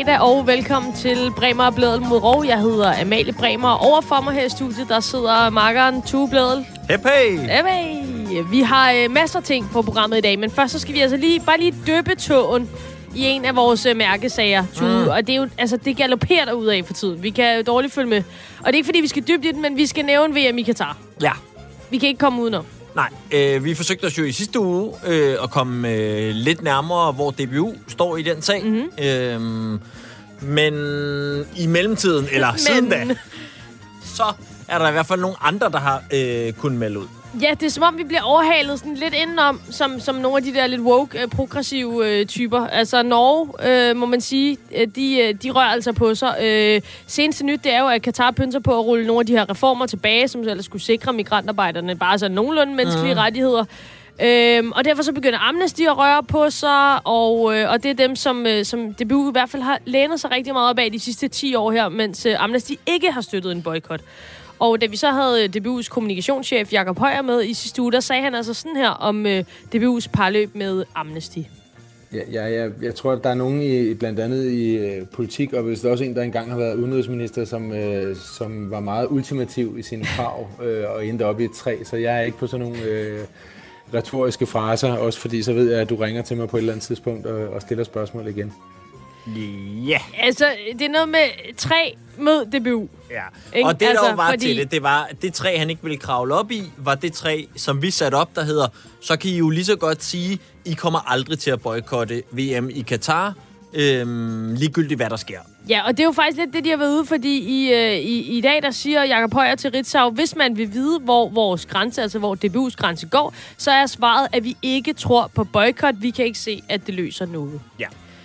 fredag, og velkommen til Bremer og Blædel mod Rov. Jeg hedder Amalie Bremer, og overfor mig her i studiet, der sidder makkeren Tue Blædel. Hep hey! Hep hey! Vi har masser af ting på programmet i dag, men først så skal vi altså lige døbe tåen i en af vores mærkesager, Tue. Og det er jo, altså, det galopperer derud af for tiden. Vi kan jo dårligt følge med. Og det er ikke, fordi vi skal dybt i den, men vi skal nævne VM i Katar. Ja. Vi kan ikke komme udenom. Nej, vi forsøgte os jo i sidste uge at komme lidt nærmere, hvor DBU står i den sag. Mm-hmm. Men i mellemtiden, eller siden da, så er der i hvert fald nogle andre, der har kunnet melde ud. Ja, det er som om, vi bliver overhalet sådan lidt indenom, som nogle af de der lidt woke, progressive typer. Altså Norge, må man sige, de rører altså på sig. Seneste nyt, det er jo, at Katar pynser på at rulle nogle af de her reformer tilbage, som ellers skulle sikre migrantarbejderne bare så nogenlunde menneskelige rettigheder. Og derfor så begynder Amnesty at røre på sig, og det er dem, som DBU i hvert fald har lænet sig rigtig meget op af de sidste 10 år her, mens Amnesty ikke har støttet en boykot. Og da vi så havde DBU's kommunikationschef Jakob Højer med i sidste uge, der sagde han altså sådan her om DBU's parløb med Amnesty. Jeg tror, at der er nogen blandt andet i politik, og hvis der også en, der engang har været udenrigsminister, som var meget ultimativ i sine krav og endte op i et træ. Så jeg er ikke på sådan nogle retoriske fraser, også fordi så ved jeg, at du ringer til mig på et eller andet tidspunkt og stiller spørgsmål igen. Ja. Yeah. Altså, det er noget med træ mod DBU. Ja, og det der var til det var, det træ, han ikke ville kravle op i, var det træ, som vi satte op, der hedder, så kan I jo lige så godt sige, I kommer aldrig til at boykotte VM i Katar, ligegyldigt hvad der sker. Ja, og det er jo faktisk lidt det, de har været ude, fordi i dag, der siger Jakob Højer til Ritzau, hvis man vil vide, hvor vores grænse, altså hvor DBU's grænse går, så er svaret, at vi ikke tror på boykot. Vi kan ikke se, at det løser noget. Ja.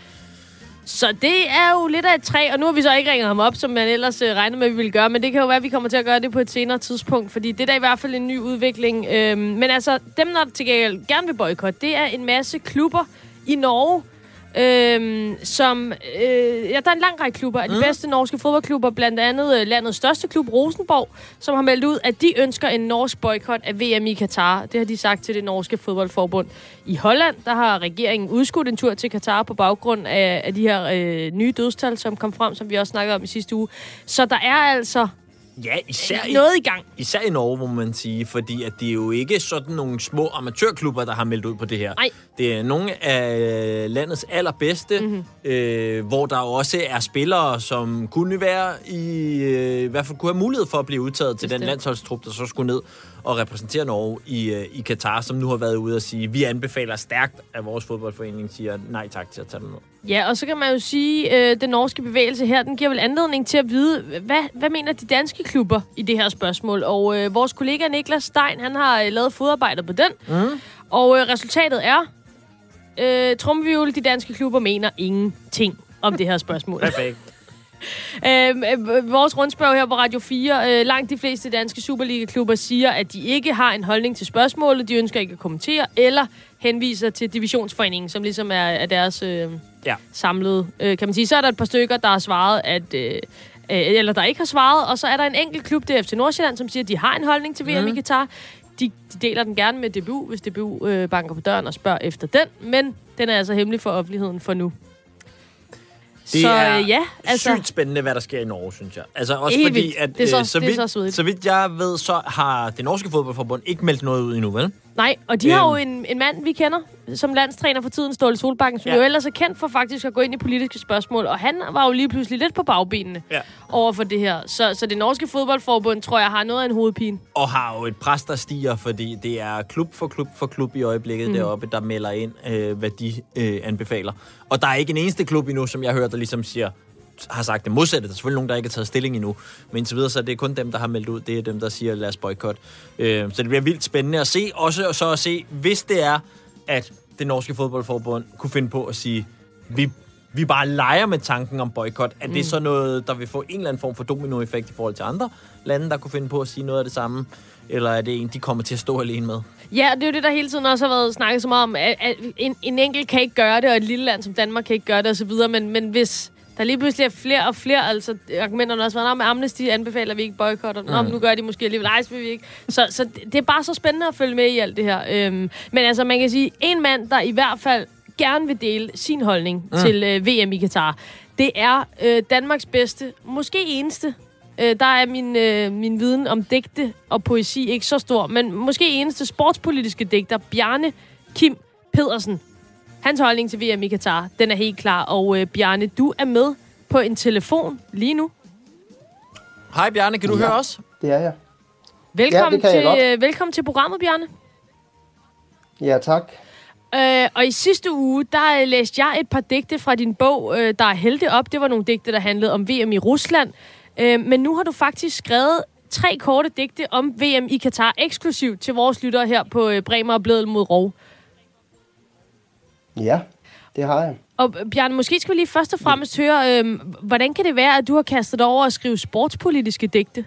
Så det er jo lidt af et træ, og nu har vi så ikke ringet ham op, som man ellers regnede med, at vi ville gøre, men det kan jo være, at vi kommer til at gøre det på et senere tidspunkt, fordi det er da i hvert fald en ny udvikling. Men altså, dem, der til gengæld gerne vil boykotte, det er en masse klubber i Norge, der er en lang række klubber af de bedste norske fodboldklubber, blandt andet landets største klub, Rosenborg, som har meldt ud, at de ønsker en norsk boykot af VM i Katar. Det har de sagt til det norske fodboldforbund. I Holland, der har regeringen udskudt en tur til Katar på baggrund af de her nye dødstal, som kom frem, som vi også snakkede om i sidste uge. Så der er altså noget i gang. Især i Norge, må man sige, fordi at det er jo ikke sådan nogle små amatørklubber, der har meldt ud på det her. Nej. Det er nogle af landets allerbedste, hvor der også er spillere, som kunne være i hvert fald kunne have mulighed for at blive udtaget til den landsholdstrup, der så skulle ned og repræsentere Norge i Katar, som nu har været ude og sige, vi anbefaler stærkt, at vores fodboldforening siger nej tak til at tage dem ned. Ja, og så kan man jo sige, den norske bevægelse her, den giver vel anledning til at vide, hvad mener de danske klubber i det her spørgsmål? Og vores kollega Niklas Stein, han har lavet fodarbejdet på den. Og resultatet er, trommevirvel, de danske klubber mener ingenting om det her spørgsmål. Perfekt. Vores rundspørg her på Radio 4, langt de fleste danske Superliga-klubber siger, at de ikke har en holdning til spørgsmålet, de ønsker ikke at kommentere, eller henviser til Divisionsforeningen, som ligesom er deres samlede, kan man sige. Så er der et par stykker, der har svaret, eller der ikke har svaret, og så er der en enkelt klub, det er FC Nordsjælland, som siger, at de har en holdning til VM i Katar. De deler den gerne med DBU, hvis DBU banker på døren og spørger efter den, men den er altså hemmelig for offentligheden for nu. Det er sygt spændende, hvad der sker i Norge, synes jeg. Altså også evigt. Fordi, at det er så vidt jeg ved, så har det norske fodboldforbund ikke meldt noget ud endnu, vel? Nej, og de har jo en mand, vi kender, som landstræner for tiden, Ståle Solbakken, som jo ellers er kendt for faktisk at gå ind i politiske spørgsmål, og han var jo lige pludselig lidt på bagbenene over for det her. Så det norske fodboldforbund, tror jeg, har noget af en hovedpine. Og har jo et pres, der stiger, fordi det er klub for klub i øjeblikket deroppe, der melder ind, hvad de anbefaler. Og der er ikke en eneste klub endnu, som jeg hører, der ligesom har sagt det modsatte. Der er selvfølgelig nogen, der ikke har taget stilling endnu. Men indtil videre, så er det kun dem, der har meldt ud. Det er dem, der siger, lad os boykotte. Så det bliver vildt spændende at se. Også så at se, hvis det er, at det norske fodboldforbund kunne finde på at sige, vi bare leger med tanken om boykot. Er det så noget, der vil få en eller anden form for dominoeffekt i forhold til andre lande, der kunne finde på at sige noget af det samme? Eller er det en, de kommer til at stå alene med? Ja, det er jo det, der hele tiden også har været snakket så meget om, at en enkelt kan ikke gøre det, og et lille land som Danmark kan ikke gøre det osv., men hvis der lige pludselig er flere og flere, altså argumenterne også været, med Amnesty anbefaler vi ikke boykotter. Nu gør de måske alligevel, nej, vil vi ikke. Så det er bare så spændende at følge med i alt det her. Men altså, man kan sige, en mand, der i hvert fald gerne vil dele sin holdning til VM i Katar. Det er Danmarks bedste, måske eneste. Der er min viden om digte og poesi ikke så stor, men måske eneste sportspolitiske digter, Bjarne Kim Pedersen. Hans holdning til VM i Katar, den er helt klar. Og Bjarne, du er med på en telefon lige nu. Hej Bjarne, kan du høre os? Det er jeg. Velkommen til programmet, Bjarne. Ja, tak. Og i sidste uge, der læste jeg et par digte fra din bog, der er Helte op. Det var nogle digte, der handlede om VM i Rusland. Men nu har du faktisk skrevet 3 korte digte om VM i Katar, eksklusivt til vores lyttere her på Bremer og Bledel mod Rov. Ja, det har jeg. Og Bjarne, måske skal vi lige først og fremmest høre, hvordan kan det være, at du har kastet dig over at skrive sportspolitiske digte?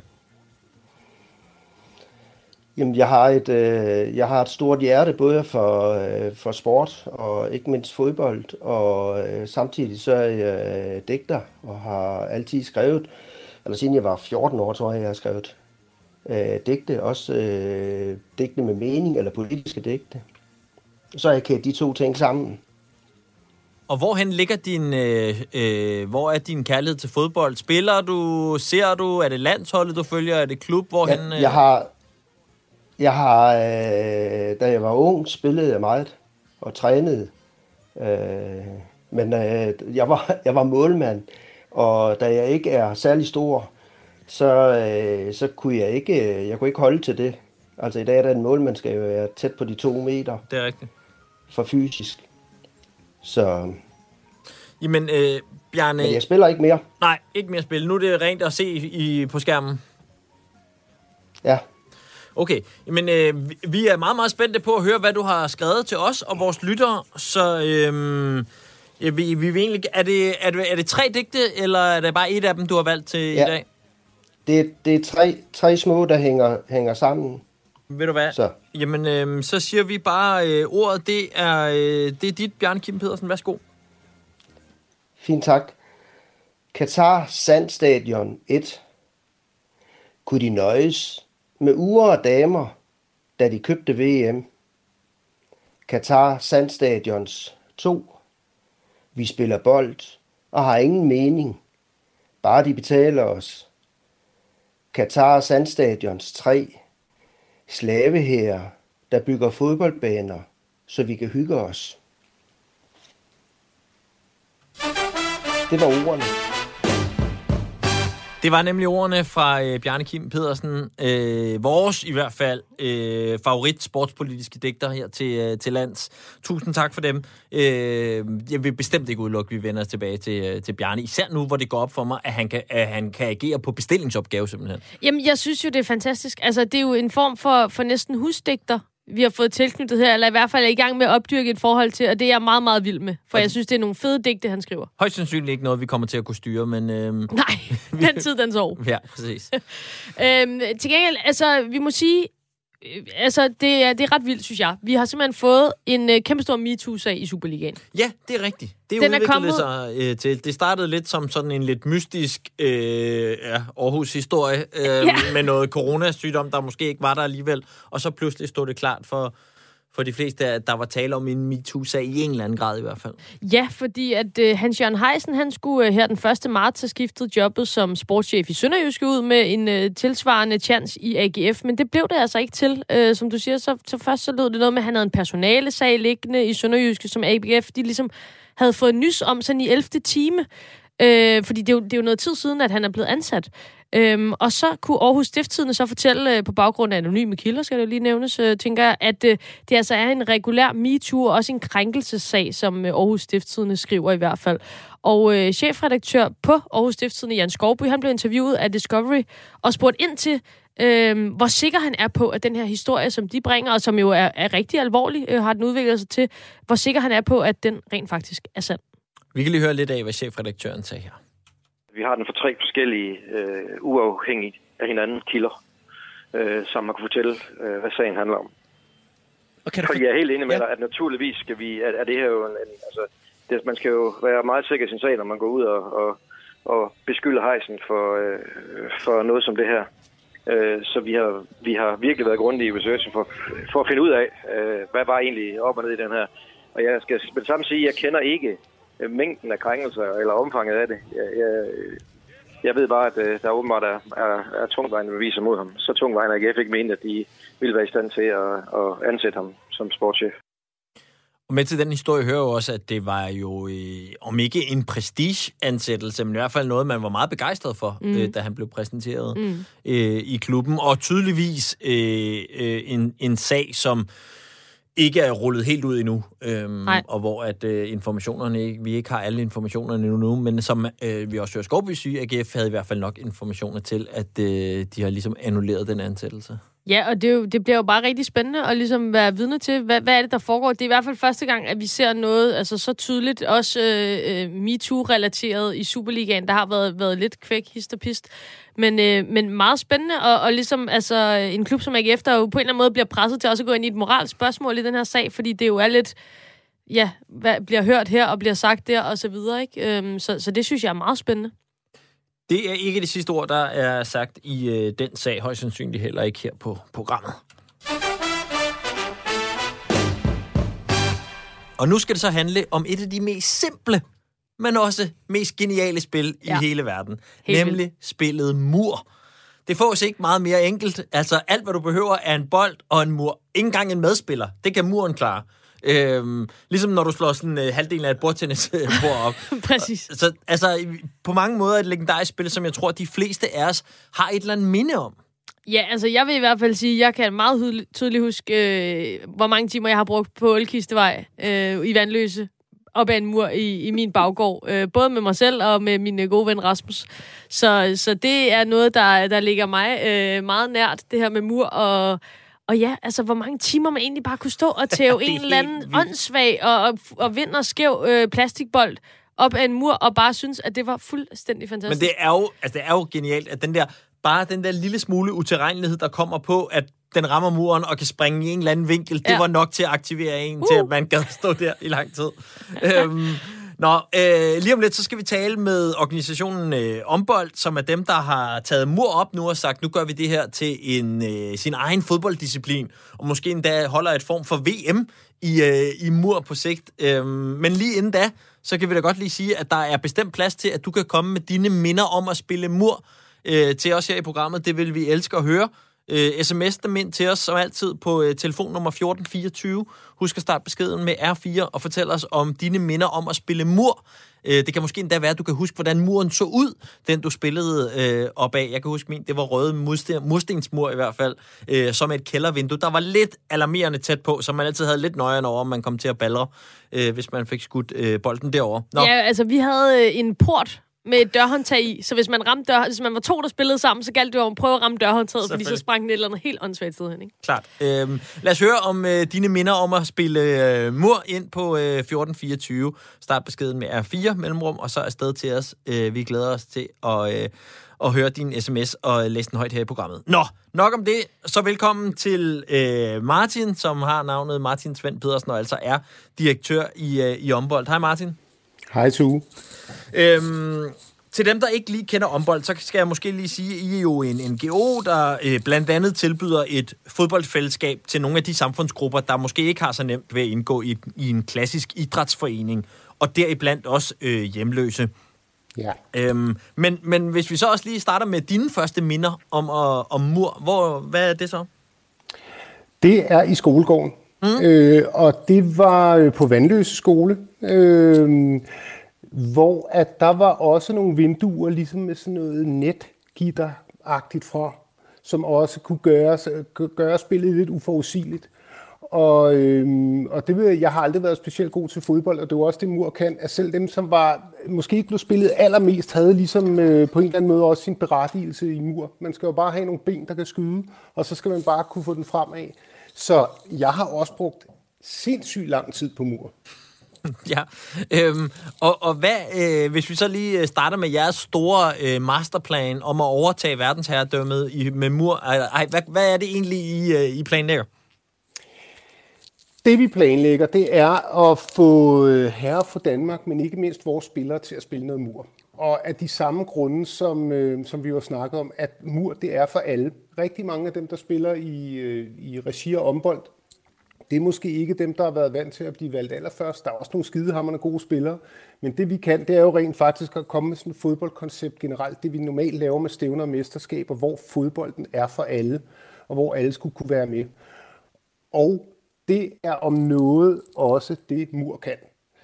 Jamen, jeg har et stort hjerte, både for sport og ikke mindst fodbold, og samtidig så er jeg digter, og har altid skrevet, eller siden jeg var 14 år, tror jeg har skrevet digte, også digte med mening, eller politiske digte. Så jeg kan de 2 ting sammen. Og hvorhen ligger hvor er din kærlighed til fodbold? Spiller du, ser du, er det landsholdet, du følger, er det klub? Hvorhen? Jeg har, da jeg var ung, spillede jeg meget og trænede. Men jeg var målmand, og da jeg ikke er særlig stor, så kunne jeg ikke holde til det. Altså i dag er der en målmand, skal jo være tæt på de 2 meter. Det er rigtigt. For fysisk. Så... Jamen, Bjarne... Men jeg spiller ikke mere. Nej, ikke mere spil. Nu er det rent at se på skærmen. Ja. Okay, men vi er meget, meget spændte på at høre, hvad du har skrevet til os og vores lyttere. Så vi vil egentlig... Er det 3 digte, eller er det bare et af dem, du har valgt til i dag? Det er 3 små, der hænger sammen. Ved du hvad? Så. Jamen, så siger vi bare ordet. Det er dit, Bjarne Kim Pedersen. Værsgo. Fint, tak. Qatar Sandstadion 1. Kunne de nøjes med uger og damer, da de købte VM? Qatar Sandstadions 2. Vi spiller bold og har ingen mening. Bare de betaler os. Qatar Sandstadions 3. Slaveherrer, der bygger fodboldbaner, så vi kan hygge os. Det var ordene. Det var nemlig ordene fra Bjarne Kim Pedersen. Vores i hvert fald favorit sportspolitiske digter her til lands. Tusind tak for dem. Jeg vil bestemt ikke udelukke, at vi vender os tilbage til Bjarne. Især nu, hvor det går op for mig, at han kan agere på bestillingsopgave simpelthen. Jamen, jeg synes jo, det er fantastisk. Altså, det er jo en form for næsten husdigter, vi har fået tilknyttet her, eller i hvert fald er i gang med at opdyrke et forhold til, og det er jeg meget, meget vild med. For jeg synes, det er nogle fede digte, han skriver. Højst sandsynligt ikke noget, vi kommer til at kunne styre, men... Nej, den tid, den sov. Ja, præcis. Til gengæld, altså, vi må sige... Altså, det er ret vildt, synes jeg. Vi har simpelthen fået en kæmpestor MeToo-sag i Superligaen. Ja, det er rigtigt. Det udviklede sig til. Det startede lidt som sådan en lidt mystisk Aarhus-historie med noget coronasygdom, der måske ikke var der alligevel. Og så pludselig stod det klart for de fleste, at der var tale om en MeToo-sag i en eller anden grad i hvert fald. Ja, fordi at Hans-Jørgen Heisen, han skulle her den 1. marts have skiftet jobbet som sportschef i Sønderjyske ud med en tilsvarende chance i AGF, men det blev det altså ikke til. Som du siger, så først så lød det noget med, at han havde en personalesag liggende i Sønderjyske, som AGF, de ligesom havde fået nys om sådan i 11. time. Fordi det er jo noget tid siden, at han er blevet ansat. Og så kunne Aarhus Stiftstidende så fortælle på baggrund af anonyme kilder, skal det jo lige nævnes, tænker jeg, at det altså er en regulær MeToo og også en krænkelsessag, som Aarhus Stiftstidende skriver i hvert fald. Og chefredaktør på Aarhus Stiftstidende, Jan Skovby, han blev interviewet af Discovery og spurgt ind til, hvor sikker han er på, at den her historie, som de bringer, og som jo er rigtig alvorlig, har den udviklet sig til, hvor sikker han er på, at den rent faktisk er sand. Vi kan lige høre lidt af, hvad chefredaktøren sagde her. Vi har den for 3 forskellige uafhængige af hinanden kilder, som man kan fortælle, hvad sagen handler om. Fordi jeg er helt enig med dig, at naturligvis skal vi, at det her jo man skal jo være meget sikker i sin sag, når man går ud og beskylder Heisen for noget som det her. Så vi har virkelig været grundige i researchen for at finde ud af, hvad var egentlig op og ned i den her. Og jeg skal med det samme sige, at jeg kender ikke mængden af krænkelser eller omfanget af det. Jeg ved bare, at der åbenbart er tungtvejende beviser mod ham. Så tungtvejende, at AGF ikke mente, at de ville være i stand til at ansætte ham som sportschef. Og med til den historie hører jo også, at det var jo, om ikke en prestigeansættelse, men i hvert fald noget, man var meget begejstret for, da han blev præsenteret i klubben. Og tydeligvis en sag, som ikke er rullet helt ud endnu, og hvor at informationerne vi ikke har alle informationerne endnu, men som vi også hører Skovby sige, AGF havde i hvert fald nok informationer til, at de har ligesom annulleret den ansættelse. Ja, og det bliver jo bare rigtig spændende at ligesom være vidne til, hvad er det, der foregår. Det er i hvert fald første gang, at vi ser noget altså så tydeligt, også MeToo-relateret i Superligaen. Der har været lidt kvæk, hist og pist. Men meget spændende, og ligesom altså, en klub som AGF, der jo på en eller anden måde bliver presset til også at gå ind i et moralsk spørgsmål i den her sag, fordi det jo er lidt, ja, hvad bliver hørt her og bliver sagt der, og så videre, ikke? Så det synes jeg er meget spændende. Det er ikke det sidste ord, der er sagt i den sag, højst sandsynligt heller ikke her på programmet. Og nu skal det så handle om et af de mest simple, men også mest geniale spil i hele verden. Nemlig spillet Mur. Det fås ikke meget mere enkelt. Altså alt, hvad du behøver, er en bold og en mur. Ingen gang en medspiller. Det kan muren klare. Ligesom når du slår sådan halvdelen af et bordtennisbord op. Præcis. Så altså, på mange måder et legendarisk spil, som jeg tror, de fleste af os har et eller andet minde om. Ja, altså jeg vil i hvert fald sige, jeg kan meget tydeligt huske, hvor mange timer jeg har brugt på Ølkistevej i Vandløse, op ad en mur i min baggård. Både med mig selv og med min gode ven Rasmus. Så det er noget, der ligger mig meget nært, det her med mur og ja, altså, hvor mange timer man egentlig bare kunne stå og tæve en eller anden åndssvag og vind og skæv plastikbold op ad en mur, og bare synes, at det var fuldstændig fantastisk. Men det er jo genialt, at den der lille smule utilregnelighed, der kommer på, at den rammer muren og kan springe i en eller anden vinkel, det var nok til at aktivere en til, at man gad stå der i lang tid. Lige om lidt, så skal vi tale med organisationen Ombold, som er dem, der har taget Mur op nu og sagt, nu gør vi det her til sin egen fodbolddisciplin, og måske endda holder et form for VM i Mur på sigt. Men lige inden da, så kan vi da godt lige sige, at der er bestemt plads til, at du kan komme med dine minder om at spille Mur til os her i programmet. Det vil vi elske at høre. SMS dem ind til os som altid på telefonnummer 1424. Husk at starte beskeden med R4 og fortæl os om dine minder om at spille Mur. Det kan måske endda være, at du kan huske, hvordan muren så ud, den du spillede op af. Jeg kan huske min, det var røde murstensmur i hvert fald, som et kældervindue. Der var lidt alarmerende tæt på, så man altid havde lidt nøjeren over, om man kom til at baldre, hvis man fik skudt bolden derovre. Ja, altså vi havde en port med et dørhåndtag i, så hvis man hvis man var to, der spillede sammen, så galt det jo at prøve at ramme dørhåndtaget, fordi så sprang den et eller andet helt åndssvagt sted hen, ikke? Klart. Lad os høre om dine minder om at spille Mur ind på 1424. Start beskeden med R4 mellemrum, og så afsted til os. Vi glæder os til at høre din sms og læse den højt her i programmet. Nå, nok om det. Så velkommen til Martin, som har navnet Martin Svend Pedersen, og altså er direktør i Ombold. Hej Martin. Hej Tue. Til dem, der ikke lige kender Ombold, så skal jeg måske lige sige, at I er jo en NGO, der blandt andet tilbyder et fodboldfællesskab til nogle af de samfundsgrupper, der måske ikke har så nemt ved at indgå i en klassisk idrætsforening, og deriblandt også hjemløse. Ja. Men hvis vi så også lige starter med dine første minder om Mur, hvad er det så? Det er i skolegården, og det var på Vandløse skole, hvor at der var også nogle vinduer, ligesom med sådan noget netgitter-agtigt fra, som også kunne gøre spillet lidt uforudsigeligt. Og jeg har aldrig været specielt god til fodbold, og det var også det Mur kan, at selv dem, som måske ikke blev spillet allermest, havde ligesom på en eller anden måde også sin berettigelse i Mur. Man skal jo bare have nogle ben, der kan skyde, og så skal man bare kunne få den fremad. Så jeg har også brugt sindssygt lang tid på Mur. Ja, og hvad, hvis vi så lige starter med jeres store masterplan om at overtage verdensherredømmet med Mur, hvad er det egentlig, I planlægger? Det vi planlægger, det er at få herre for Danmark, men ikke mindst vores spillere til at spille noget Mur. Og af de samme grunde, som vi har snakket om, at Mur, det er for alle. Rigtig mange af dem, der spiller i regi af Ombold, Det er måske ikke dem, der har været vant til at blive valgt allerførst. Der er også nogle skidehamrende gode spillere. Men det vi kan, det er jo rent faktisk at komme med sådan et fodboldkoncept generelt. Det vi normalt laver med stævner og mesterskaber, hvor fodbolden er for alle, og hvor alle skulle kunne være med. Og det er om noget også det Mur kan.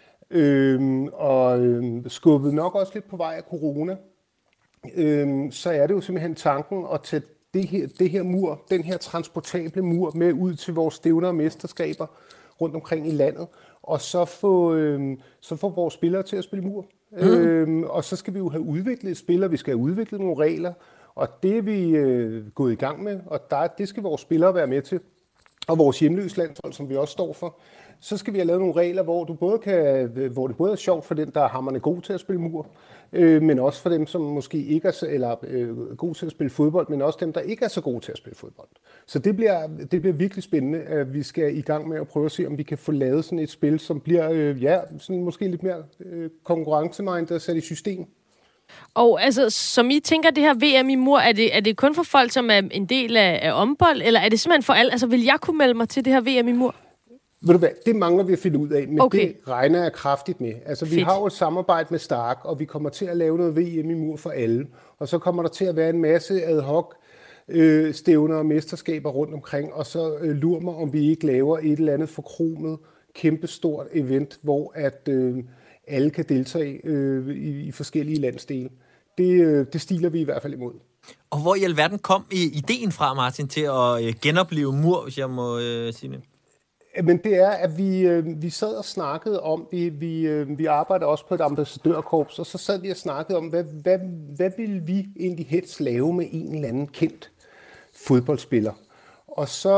Skubbet nok også lidt på vej af corona, så er det jo simpelthen tanken at tage det her mur, den her transportable mur med ud til vores stævner og mesterskaber rundt omkring i landet, og så få vores spillere til at spille mur. Og så skal vi jo have udviklet spillere, vi skal have udviklet nogle regler, og det er vi gået i gang med, og det skal vores spillere være med til. Og vores hjemløslandshold, som vi også står for, så skal vi have lavet nogle regler, hvor det både er sjovt for den, der er hamrende god til at spille mur, men også for dem, som måske ikke er god til at spille fodbold, men også dem, der ikke er så gode til at spille fodbold. Så det bliver virkelig spændende, at vi skal i gang med at prøve at se, om vi kan få lavet sådan et spil, som bliver sådan måske lidt mere konkurrencemindet og sat i system. Og altså, som I tænker, det her VM i mur, er det kun for folk, som er en del af ombold, eller er det simpelthen for alle? Altså, vil jeg kunne melde mig til det her VM i mur? Ved du hvad, det mangler vi at finde ud af, men det regner jeg kraftigt med. Altså, vi har jo et samarbejde med Stark, og vi kommer til at lave noget VM i mur for alle. Og så kommer der til at være en masse ad hoc stævner og mesterskaber rundt omkring, og så lurer mig, om vi ikke laver et eller andet forkromet, kæmpestort event, hvor at alle kan deltage i forskellige landsdele. Det stiler vi i hvert fald imod. Og hvor i alverden kom ideen fra, Martin, til at genopleve mur, hvis jeg må sige det? Men det er, at vi sad og snakkede om, vi arbejder også på et ambassadørkorps, og så sad vi og snakkede om, hvad ville vi egentlig helst lave med en eller anden kendt fodboldspiller. Og så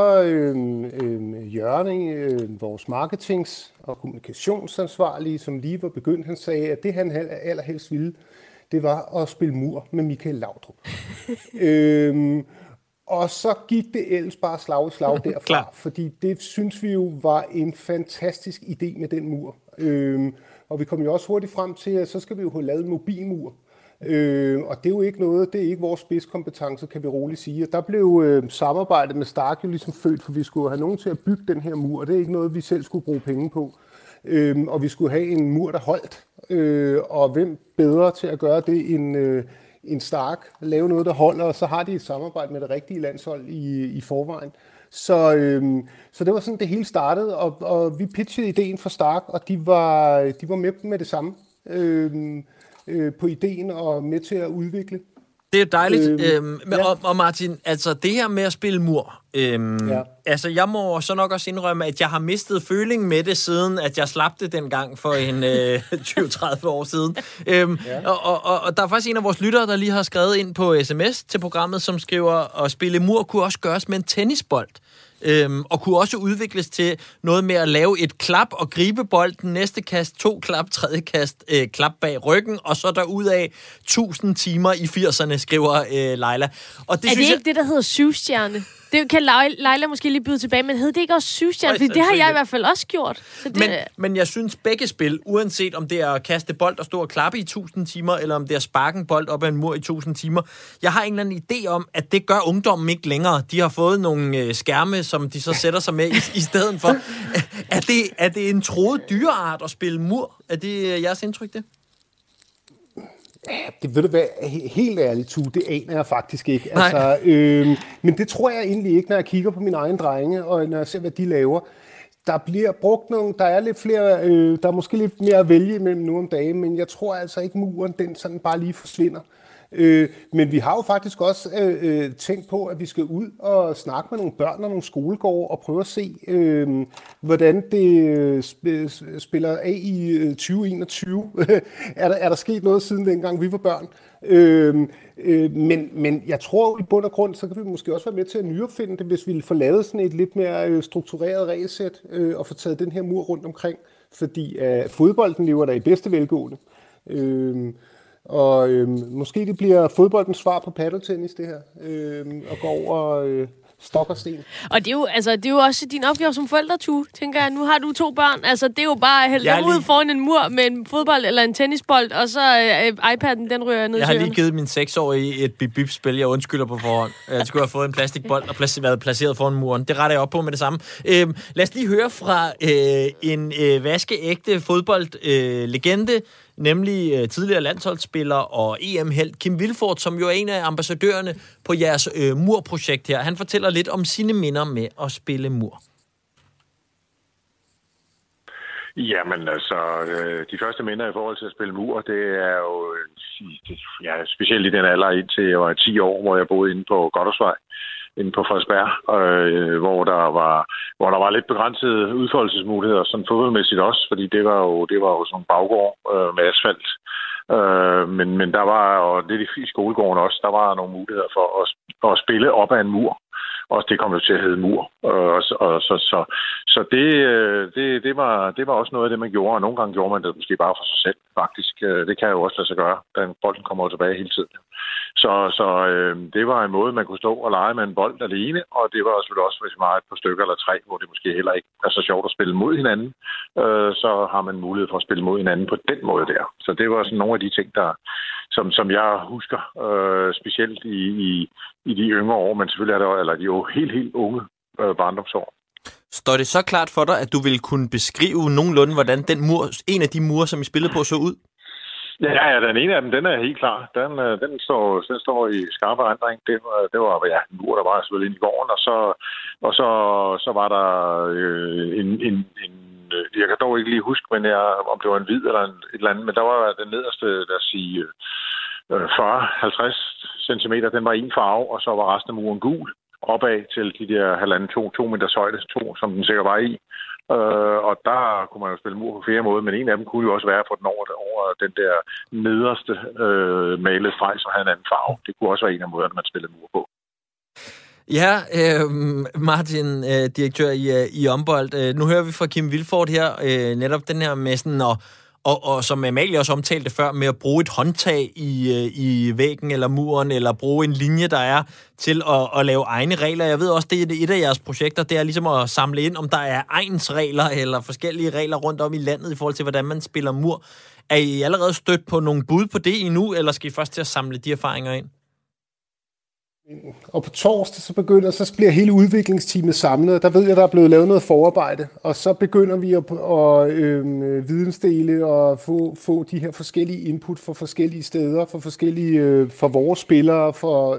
Jørgen, vores marketings- og kommunikationsansvarlige, som lige var begyndt, han sagde, at det han allerhelst ville, det var at spille mur med Michael Laudrup. Og så gik det ellers bare slag i slag derfra, fordi det synes vi jo var en fantastisk idé med den mur. Og vi kom jo også hurtigt frem til, at så skal vi jo have lavet en mobilmur. Og det er jo ikke noget, det er ikke vores spidskompetence, kan vi roligt sige. Og der blev samarbejdet med Stark jo ligesom født, for vi skulle have nogen til at bygge den her mur, og det er ikke noget, vi selv skulle bruge penge på. Og vi skulle have en mur, der holdt, og hvem bedre til at gøre det end Stark, lave noget, der holder, og så har de et samarbejde med det rigtige landshold i forvejen. Så det var sådan, det hele startede, og vi pitchede ideen for Stark, og de var med det samme på ideen og med til at udvikle. Det er dejligt. Og Martin, altså det her med at spille mur, altså jeg må så nok også indrømme, at jeg har mistet følingen med det, siden at jeg slap det dengang for en 20-30 år siden. Og der er faktisk en af vores lyttere, der lige har skrevet ind på sms til programmet, som skriver, at spille mur kunne også gøres med en tennisbold. Og kunne også udvikles til noget med at lave et klap og gribe bolden, næste kast 2 klap, tredje kast klap bag ryggen, og så derudaf 1000 timer i 80'erne, skriver Leila. Og det ikke det, der hedder syvstjerne? Det kan Leila måske lige byde tilbage, men hed det ikke også syvstjerne? Fordi det har jeg i hvert fald også gjort. Så det... men jeg synes, begge spil, uanset om det er at kaste bold og stå og klappe i 1000 timer, eller om det er at sparke en bold op ad en mur i 1000 timer, jeg har en eller anden idé om, at det gør ungdommen ikke længere. De har fået nogle skærme, som de så sætter sig med i stedet for. Er det en troet dyreart at spille mur? Er det jeres indtryk, det? Det ved du hvad, helt ærligt, Tue, det aner jeg faktisk ikke. Altså, men det tror jeg egentlig ikke, når jeg kigger på mine egne drenge, og når jeg ser, hvad de laver. Der bliver brugt nogle, der er lidt flere, der er måske lidt mere at vælge imellem nu om dagen, men jeg tror altså ikke, muren den sådan bare lige forsvinder. Men vi har jo faktisk også tænkt på, at vi skal ud og snakke med nogle børn og nogle skolegårde og prøve at se, hvordan det spiller af i 2021. Er der sket noget siden dengang vi var børn? Men jeg tror i bund og grund, så kan vi måske også være med til at nyopfinde det, hvis vi får lavet sådan et lidt mere struktureret regelsæt og få taget den her mur rundt omkring. Fordi fodbolden lever der i bedste velgående. Og måske det bliver fodboldens svar på paddeltennis, det her. Og gå over stok og sten. Og det er jo også din opgave som forældre, Tue, tænker jeg. Nu har du 2 børn. Altså, det er jo bare at hælde dem ud foran en mur med en fodbold eller en tennisbold, og så iPad'en, den ryger ned i søen. Jeg har lige givet min 6-årige et bip-bip-spil. Jeg undskylder på forhånd. Jeg skulle have fået en plastikbold og været placeret foran muren. Det retter jeg op på med det samme. Lad os lige høre fra en vaskeægte fodboldlegende, nemlig tidligere landsholdsspiller og EM-helt Kim Vilfort, som jo er en af ambassadørerne på jeres murprojekt her. Han fortæller lidt om sine minder med at spille mur. Jamen altså, de første minder i forhold til at spille mur, det er jo specielt i den alder indtil jeg var 10 år, hvor jeg boede inde på Goddersvej, inde på Frederiksberg, hvor der var lidt begrænsede udfoldelsesmuligheder, sådan fodboldmæssigt også, fordi det var jo sådan en baggård med asfalt. Men der var, og det i skolegården også, der var nogle muligheder for at spille op ad en mur. Også det kom jo til at hedde mur. Så det var også noget af det, man gjorde, og nogle gange gjorde man det måske bare for sig selv, faktisk. Det kan jo også lade sig gøre, da bolden kommer tilbage hele tiden. Så det var en måde, man kunne stå og lege med en bold alene, og det var selvfølgelig også, hvis man har et par stykker eller 3, hvor det måske heller ikke er så sjovt at spille mod hinanden, så har man mulighed for at spille mod hinanden på den måde der. Så det var sådan nogle af de ting, der, som jeg husker, specielt i de yngre år, men selvfølgelig er det, eller de jo helt unge barndomsår. Står det så klart for dig, at du ville kunne beskrive nogenlunde, hvordan en af de mure, som I spillede på, så ud? Ja, den ene af dem, den er helt klar. Den står i skarp erindring. Det var en mur, der var selvfølgelig inde i gården, og så var der en jeg kan dog ikke lige huske, om det var en hvid eller et eller andet, men der var den nederste, lad os sige, 40-50 centimeter, den var en farve, og så var resten af muren gul, opad til de der 1,5-2 meters højde, som den sikkert var i. Og der kunne man jo spille mur på flere måder, men en af dem kunne jo også være på den over den der nederste malede streg, som havde en anden farve. Det kunne også være en af måderne, man spillede mur på. Ja, Martin, direktør i Ombold. Nu hører vi fra Kim Vilfort her, netop den her med sådan og som Amalie også omtalte før, med at bruge et håndtag i væggen eller muren, eller bruge en linje, der er til at lave egne regler. Jeg ved også, det er et af jeres projekter, det er ligesom at samle ind, om der er egnsregler eller forskellige regler rundt om i landet i forhold til, hvordan man spiller mur. Er I allerede stødt på nogle bud på det endnu, eller skal I først til at samle de erfaringer ind? Og på torsdag, så bliver hele udviklingsteamet samlet. Der ved jeg, der er blevet lavet noget forarbejde. Og så begynder vi at vidensdele og få de her forskellige input fra forskellige steder, for vores spillere,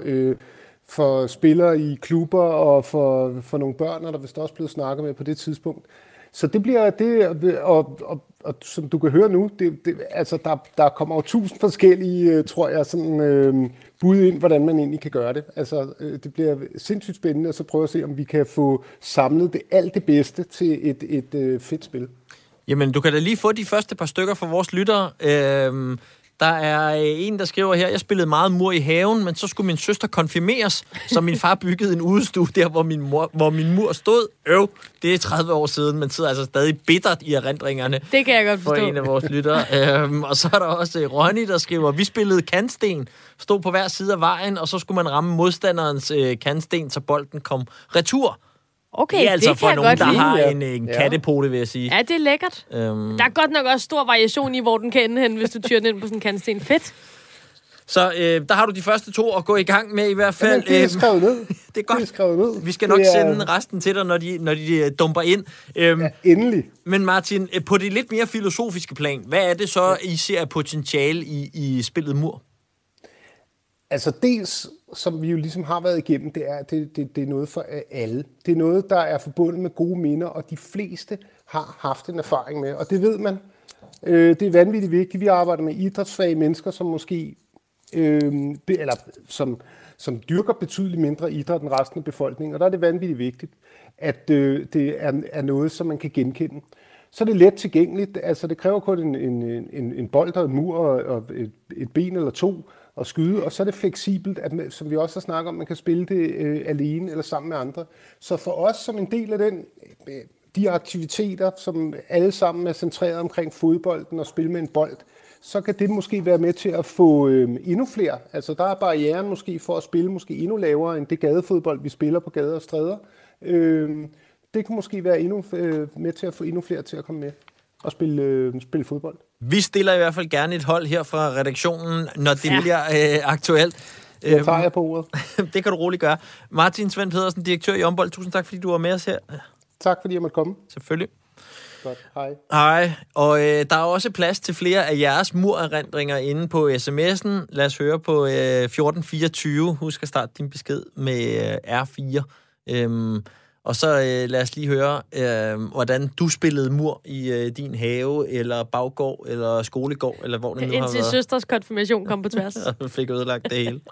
for spillere i klubber og for nogle børn, og der vist også blevet snakket med på det tidspunkt. Så det bliver det, og som du kan høre nu, altså der kommer jo 1000 forskellige, tror jeg, sådan bud ind, hvordan man egentlig kan gøre det. Altså det bliver sindssygt spændende, og så prøve at se, om vi kan få samlet alt det bedste til et fedt spil. Jamen, du kan da lige få de første par stykker fra vores lyttere. Der er en, der skriver her, jeg spillede meget mur i haven, men så skulle min søster konfirmeres, så min far byggede en udestue der, hvor min mur stod. Det er 30 år siden, men sidder altså stadig bittert i erindringerne. Det kan jeg godt forstå. For en af vores lyttere. Og så er der også Ronny, der skriver, vi spillede kantsten, stod på hver side af vejen, og så skulle man ramme modstanderens kantsten, så bolden kom retur. Okay, det er altså det for nogen, der har en kattepote, vil jeg sige. Ja, det er lækkert. Der er godt nok også stor variation i, hvor den kan ende hen, hvis du tyrer den ind på sådan en kantsten. Fedt. Så der har du de første 2 at gå i gang med i hvert fald. Jamen, det er skrevet ned. Det er godt. Det er skrevet ned. Vi skal nok sende resten til dig, når de dumper ind. Ja, endelig. Men Martin, på det lidt mere filosofiske plan, hvad er det så, I ser af potentiale i spillet mur? Altså dels, som vi jo ligesom har været igennem, det er noget for alle. Det er noget, der er forbundet med gode minder, og de fleste har haft en erfaring med, og det ved man. Det er vanvittigt vigtigt. Vi arbejder med idrætsfag mennesker, som måske eller som dyrker betydeligt mindre idræt end resten af befolkningen, og der er det vanvittigt vigtigt, at det er noget, som man kan genkende. Så er det let tilgængeligt. Altså det kræver kun en bold og en mur og et ben eller 2 at skyde, og så er det fleksibelt, at man, som vi også har snakket om, man kan spille det alene eller sammen med andre. Så for os som en del af de aktiviteter, som alle sammen er centreret omkring fodbolden og spil med en bold, så kan det måske være med til at få endnu flere. Altså der er barrieren måske for at spille måske endnu lavere end det gadefodbold, vi spiller på gader og stræder. Det kan måske være endnu med til at få endnu flere til at komme med og spille fodbold. Vi stiller i hvert fald gerne et hold her fra redaktionen, når det bliver aktuelt. Jeg tager jeg på ordet. Det kan du roligt gøre. Martin Svend Pedersen, direktør i Ombold. Tusind tak, fordi du var med os her. Tak, fordi jeg måtte komme. Selvfølgelig. Godt. Hej. Hej. Og der er også plads til flere af jeres murerindringer inde på sms'en. Lad os høre på 1424. Husk at starte din besked med R4. Og så lad os lige høre, hvordan du spillede mur i din have, eller baggård, eller skolegård, eller hvor det nu har været. Indtil søsters konfirmation kom på tværs. Og fik ødelagt det hele.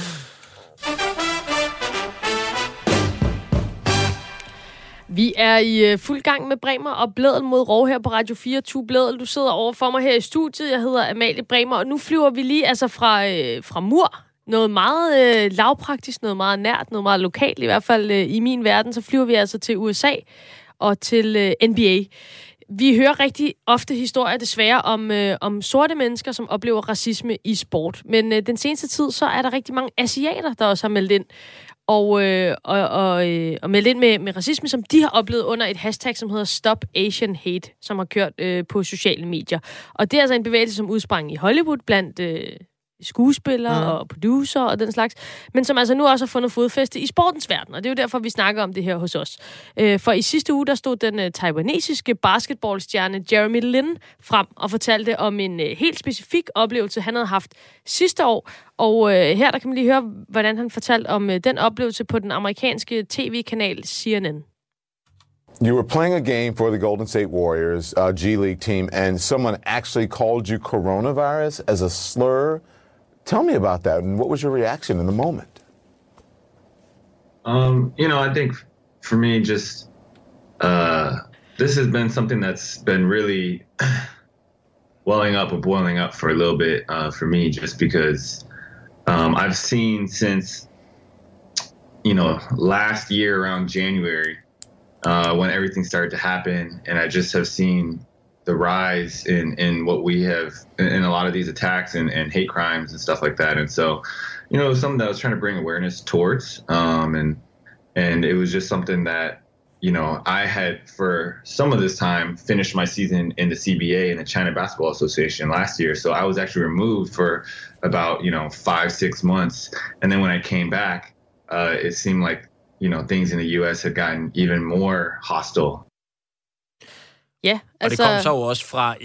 Vi er i fuld gang med Bremer og Blædel mod Rov her på Radio 24. Blædel, du sidder over for mig her i studiet. Jeg hedder Amalie Bremer, og nu flyver vi lige fra mur. Noget meget lavpraktisk, noget meget nært, noget meget lokalt, i hvert fald i min verden. Så flyver vi altså til USA og til NBA. Vi hører rigtig ofte historier desværre om sorte mennesker, som oplever racisme i sport. Men den seneste tid, så er der rigtig mange asiater, der også har meldt ind. Og meldt ind med racisme, som de har oplevet under et hashtag, som hedder Stop Asian Hate, som har kørt på sociale medier. Og det er altså en bevægelse, som udsprang i Hollywood blandt skuespillere og producer og den slags, men som altså nu også har fundet fodfæste i sportens verden, og det er jo derfor, vi snakker om det her hos os. For i sidste uge, der stod den taiwanesiske basketballstjerne Jeremy Lin frem og fortalte om en helt specifik oplevelse, han havde haft sidste år, og her der kan man lige høre, hvordan han fortalte om den oplevelse på den amerikanske tv-kanal CNN. You were playing a game for the Golden State Warriors, G League team, and someone actually called you coronavirus as a slur. Tell me about that, and what was your reaction in the moment? I think for me, just this has been something that's been really welling up or boiling up for a little bit for me, just because I've seen since, last year around January, when everything started to happen, and I just have seen the rise in what we have in a lot of these attacks and hate crimes and stuff like that. And so, it was something that I was trying to bring awareness towards. And it was just something that, I had for some of this time finished my season in the CBA and the China Basketball Association last year. So I was actually removed for about, 5-6 months. And then when I came back, it seemed like, things in the US had gotten even more hostile. Ja, altså... Og det kom så jo også fra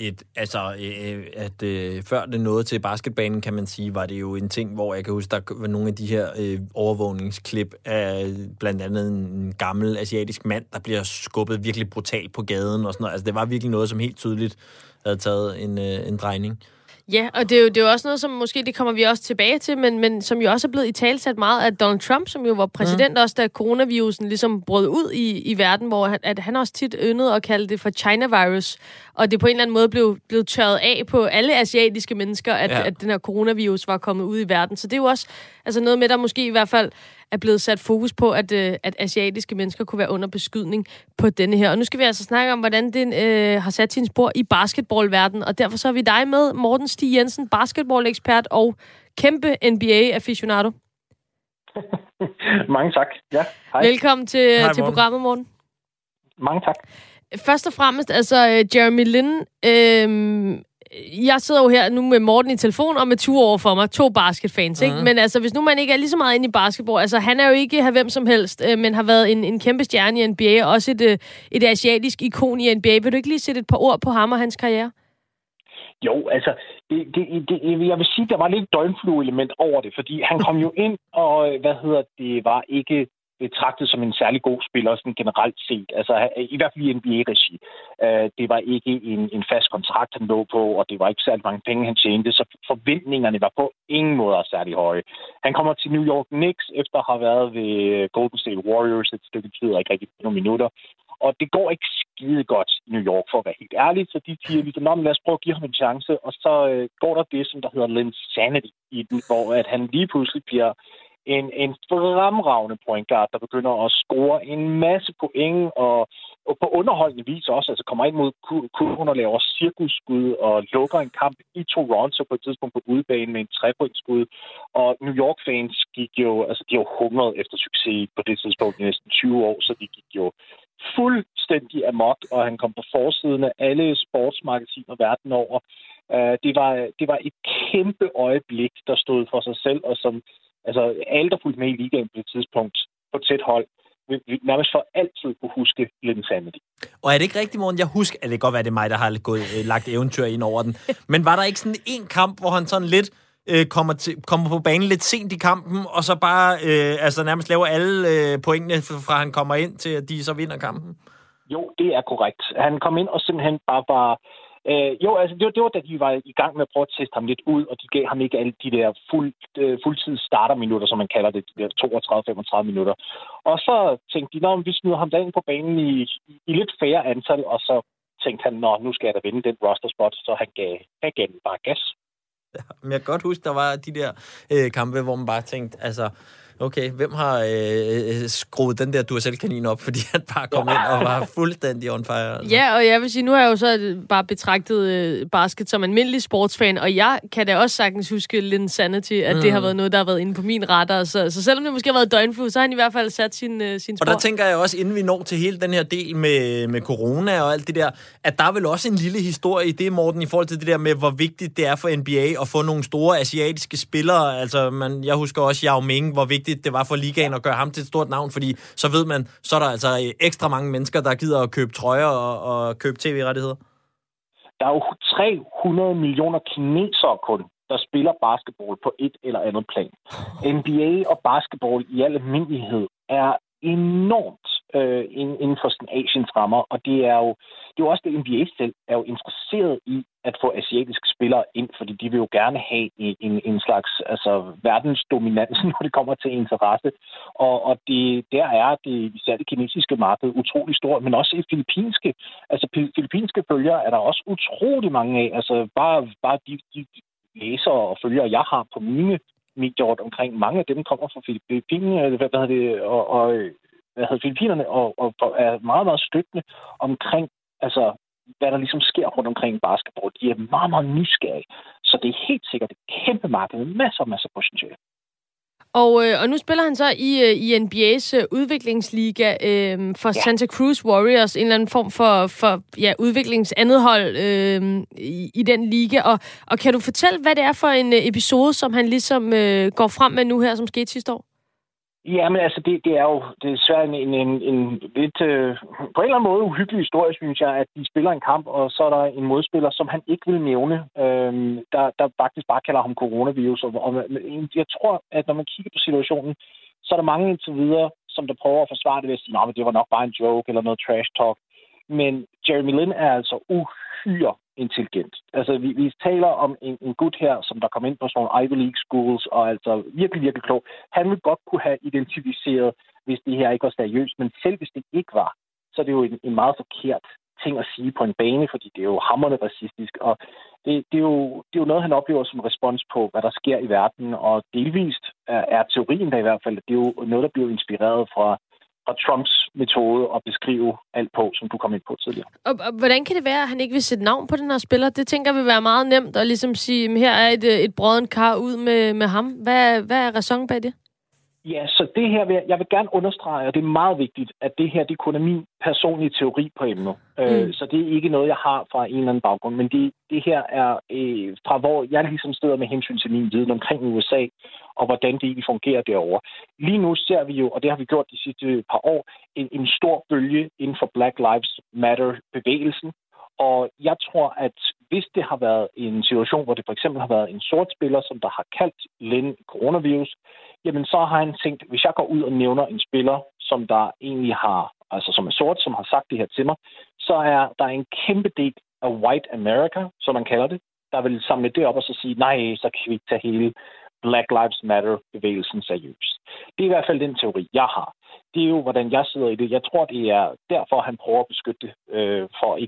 før det nåede til basketbanen, kan man sige, var det jo en ting, hvor jeg kan huske, der var nogle af de her overvågningsklip af blandt andet en gammel asiatisk mand, der bliver skubbet virkelig brutalt på gaden og sådan noget. Altså det var virkelig noget, som helt tydeligt havde taget en drejning. Ja, og det er jo også noget, som måske, det kommer vi også tilbage til, men som jo også er blevet italesat meget af Donald Trump, som jo var præsident også, da coronavirusen ligesom brød ud i verden, hvor han også tit yndede at kalde det for China virus, og det på en eller anden måde blev tørret af på alle asiatiske mennesker, at den her coronavirus var kommet ud i verden. Så det er jo også altså noget med, der måske i hvert fald er blevet sat fokus på, at asiatiske mennesker kunne være under beskydning på denne her. Og nu skal vi altså snakke om, hvordan det har sat sin spor i basketballverdenen, og derfor så er vi dig med, Morten Stig Jensen, basketball-ekspert og kæmpe NBA-aficionado. Mange tak. Ja, hej. Velkommen til programmet, Morten. Mange tak. Først og fremmest, altså Jeremy Lin, jeg sidder jo her nu med Morten i telefon og med 20 over for mig, 2 basketfans, ikke? Men altså, hvis nu man ikke er lige så meget inde i basketball, altså han er jo ikke hvem som helst, men har været en kæmpe stjerne i NBA, og også et asiatisk ikon i NBA. Vil du ikke lige sætte et par ord på ham og hans karriere? Jo, altså, jeg vil sige, der var lidt døgnflue-element over det, fordi han kom jo ind, og det var ikke betragtet som en særlig god spiller, sådan generelt set. Altså, i hvert fald i NBA-regi. Det var ikke en fast kontrakt, han lå på, og det var ikke særlig mange penge, han tjente, så forventningerne var på ingen måde særlig høje. Han kommer til New York Knicks, efter at have været ved Golden State Warriors et stykke tid, ikke rigtig nogle minutter. Og det går ikke skide godt i New York, for at være helt ærlig, så de siger ligesom, lad os prøve at give ham en chance, og så går der det, som der hedder Linsanity i den, hvor at han lige pludselig bliver en fremragende point guard, der begynder at score en masse point, og på underholdende vis også, altså kommer ind mod kurven og laver cirkusskud og lukker en kamp i Toronto på et tidspunkt på udebane med en 3-pointsskud. Og New York-fans gik jo, altså de har jo hungret efter succes på det tidspunkt i næsten 20 år, så de gik jo fuldstændig amok, og han kom på forsiden af alle sportsmagasiner verden over. Det var et kæmpe øjeblik, der stod for sig selv, og som altså alle, der fulgte med i ligaen på det tidspunkt på tæt hold, vil nærmest for altid kunne huske Lynn Sanity. Og er det ikke rigtigt, Morten? Jeg husker, at det kan godt være, det er mig, der har lagt eventyr ind over den. Men var der ikke sådan en kamp, hvor han sådan lidt kommer på banen lidt sent i kampen, og så bare nærmest laver alle pointene, fra han kommer ind til, at de så vinder kampen? Jo, det er korrekt. Han kom ind og simpelthen bare var... det var da de var i gang med at prøve at teste ham lidt ud, og de gav ham ikke alle de der fuldtids starterminutter, som man kalder det, de der 32-35 minutter. Og så tænkte de, vi smider ham ind på banen i lidt færre antal, og så tænkte han, nu skal jeg da vinde den roster spot, så han gav den bare gas. Ja, men jeg kan godt huske, der var de der kampe, hvor man bare tænkte, altså, okay, hvem har skruet den der Duracell-kanin op, fordi han bare kom ind og var fuldstændig on fire? Altså. Ja, og jeg vil sige, nu har jeg jo så bare betragtet basket som almindelig sportsfan, og jeg kan da også sagtens huske Lynn Sanity, at det har været noget, der har været inde på min radar. Så selvom det måske har været døgnflue, så har han i hvert fald sat sin spor. Og der tænker jeg også, inden vi når til hele den her del med corona og alt det der, at der er vel også en lille historie i det, Morten, i forhold til det der med, hvor vigtigt det er for NBA at få nogle store asiatiske spillere. Altså, jeg husker også Yao Ming, hvor vigtigt det var for ligaen at gøre ham til et stort navn, fordi så ved man, så er der altså ekstra mange mennesker, der gider at købe trøjer og købe tv-rettigheder. Der er jo 300 millioner kinesere kun, der spiller basketball på et eller andet plan. NBA og basketball i al almindelighed er enormt inden for sådan Asiens rammer, og det er jo også det, NBA selv er jo interesseret i at få asiatiske spillere ind, fordi de vil jo gerne have en slags verdensdominans, når det kommer til interesse. Og der er især det kinesiske marked utrolig stort, men også i filippinske. Altså filippinske følgere er der også utrolig mange af. Altså bare de læsere og følgere, jeg har på mine medier rundt omkring, mange af dem kommer fra Filippinerne, Filippinerne og er meget, meget støttende omkring, altså, hvad der ligesom sker rundt omkring basketball. De er meget, meget nysgerrige. Så det er helt sikkert et kæmpe marked med masser af potentiale. Og nu spiller han så i NBA's udviklingsliga for Santa Cruz Warriors, en eller anden form for udviklingsandet hold i den liga. Og kan du fortælle, hvad det er for en episode, som han ligesom går frem med nu her, som skete sidste år? Ja, men altså, det er jo desværre en lidt på en eller anden måde uhyggelig historie, synes jeg, at de spiller en kamp, og så er der en modspiller, som han ikke vil nævne, der faktisk bare kalder ham coronavirus. Og jeg tror, at når man kigger på situationen, så er der mange indtil videre, som der prøver at forsvare det ved at sige, at det var nok bare en joke eller noget trash talk. Men Jeremy Lin er altså uhyre intelligent. Altså, vi taler om en gut her, som der kom ind på sådan nogle Ivy League schools, og altså virkelig, virkelig klog. Han ville godt kunne have identificeret, hvis det her ikke var seriøst, men selv hvis det ikke var, så er det jo en meget forkert ting at sige på en bane, fordi det er jo hamrende racistisk, og det er jo noget, han oplever som respons på, hvad der sker i verden, og delvist er teorien der i hvert fald, det er jo noget, der bliver inspireret fra Trumps metode at beskrive alt på, som du kom ind på tidligere. Og hvordan kan det være, at han ikke vil sætte navn på den her spiller? Det tænker vi vil være meget nemt at ligesom sige, her er et broddent kar ud med ham. Hvad er ræson bag det? Ja, så det her, jeg vil gerne understrege, og det er meget vigtigt, at det her, det kun er min personlige teori på emnet. Så det er ikke noget, jeg har fra en eller anden baggrund, men det her er fra, hvor jeg ligesom steder med hensyn til min viden omkring USA, og hvordan det egentlig fungerer derovre. Lige nu ser vi jo, og det har vi gjort de sidste par år, en stor bølge inden for Black Lives Matter-bevægelsen. Og jeg tror, at hvis det har været en situation, hvor det for eksempel har været en sort spiller, som der har kaldt Lin coronavirus, jamen så har han tænkt, hvis jeg går ud og nævner en spiller, som der egentlig har, altså som er sort, som har sagt det her til mig, så er der en kæmpe del af White America, som man kalder det, der vil samle det op og så sige, nej, så kan vi ikke tage hele Black Lives Matter-bevægelsen seriøst. Det er i hvert fald den teori, jeg har. Det er jo, hvordan jeg sidder i det. Jeg tror, det er derfor, han prøver at beskytte det, for ikke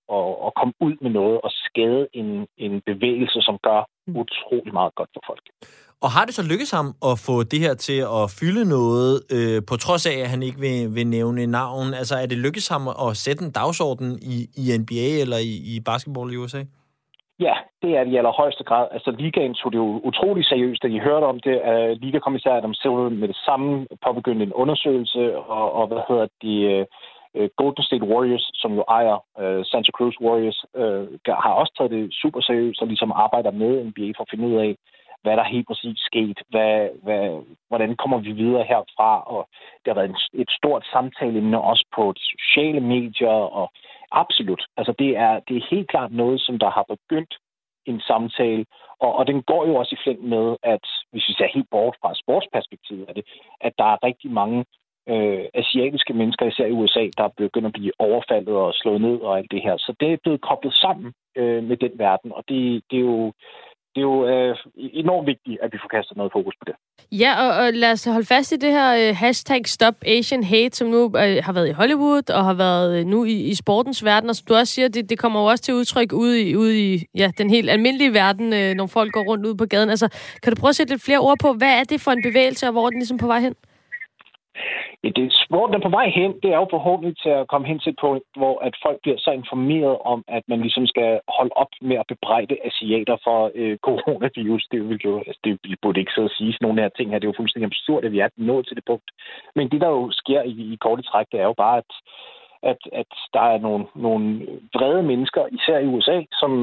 at komme ud med noget og skade en bevægelse, som gør utrolig meget godt for folk. Og har det så lykkes ham at få det her til at fylde noget, på trods af, at han ikke vil nævne navn? Altså, er det lykkes ham at sætte en dagsorden i NBA eller i basketball i USA? Ja, det er det i allerhøjeste grad. Altså, ligaen tog det jo utrolig seriøst, da I hørte om det. Ligakommissær Adam Silver med det samme påbegyndte en undersøgelse, og Golden State Warriors, som jo ejer Santa Cruz Warriors, har også taget det super seriøst og ligesom arbejder med NBA for at finde ud af, hvad der helt præcis sket, hvordan kommer vi videre herfra, og det har været et stort samtaleemne også på de sociale medier, og absolut. Altså det er helt klart noget, som der har begyndt en samtale, og den går jo også i flæng med, at hvis vi ser helt bort fra sportsperspektivet af det, at der er rigtig mange asiatiske mennesker, især i USA, der begynder at blive overfaldet og slået ned og alt det her. Så det er blevet koblet sammen med den verden, og det er jo enormt vigtigt, at vi får kastet noget fokus på det. Ja, og lad os holde fast i det her hashtag Stop Asian Hate, som nu har været i Hollywood og har været nu i sportens verden. Og som du også siger, det kommer jo også til udtryk ude i den helt almindelige verden, når folk går rundt ude på gaden. Altså, kan du prøve at sætte lidt flere ord på, hvad er det for en bevægelse, og hvor er den ligesom på vej hen? Ja, hvor den er på vej hen, det er jo forhåbentlig til at komme hen til et punkt, hvor at folk bliver så informeret om, at man ligesom skal holde op med at bebrejde asiater for coronavirus. Det burde ikke sidde og sige nogle af de her ting her. Det er jo fuldstændig absurd, at vi er nået til det punkt. Men det, der jo sker i korte træk, det er jo bare, at der er nogle vrede mennesker, især i USA,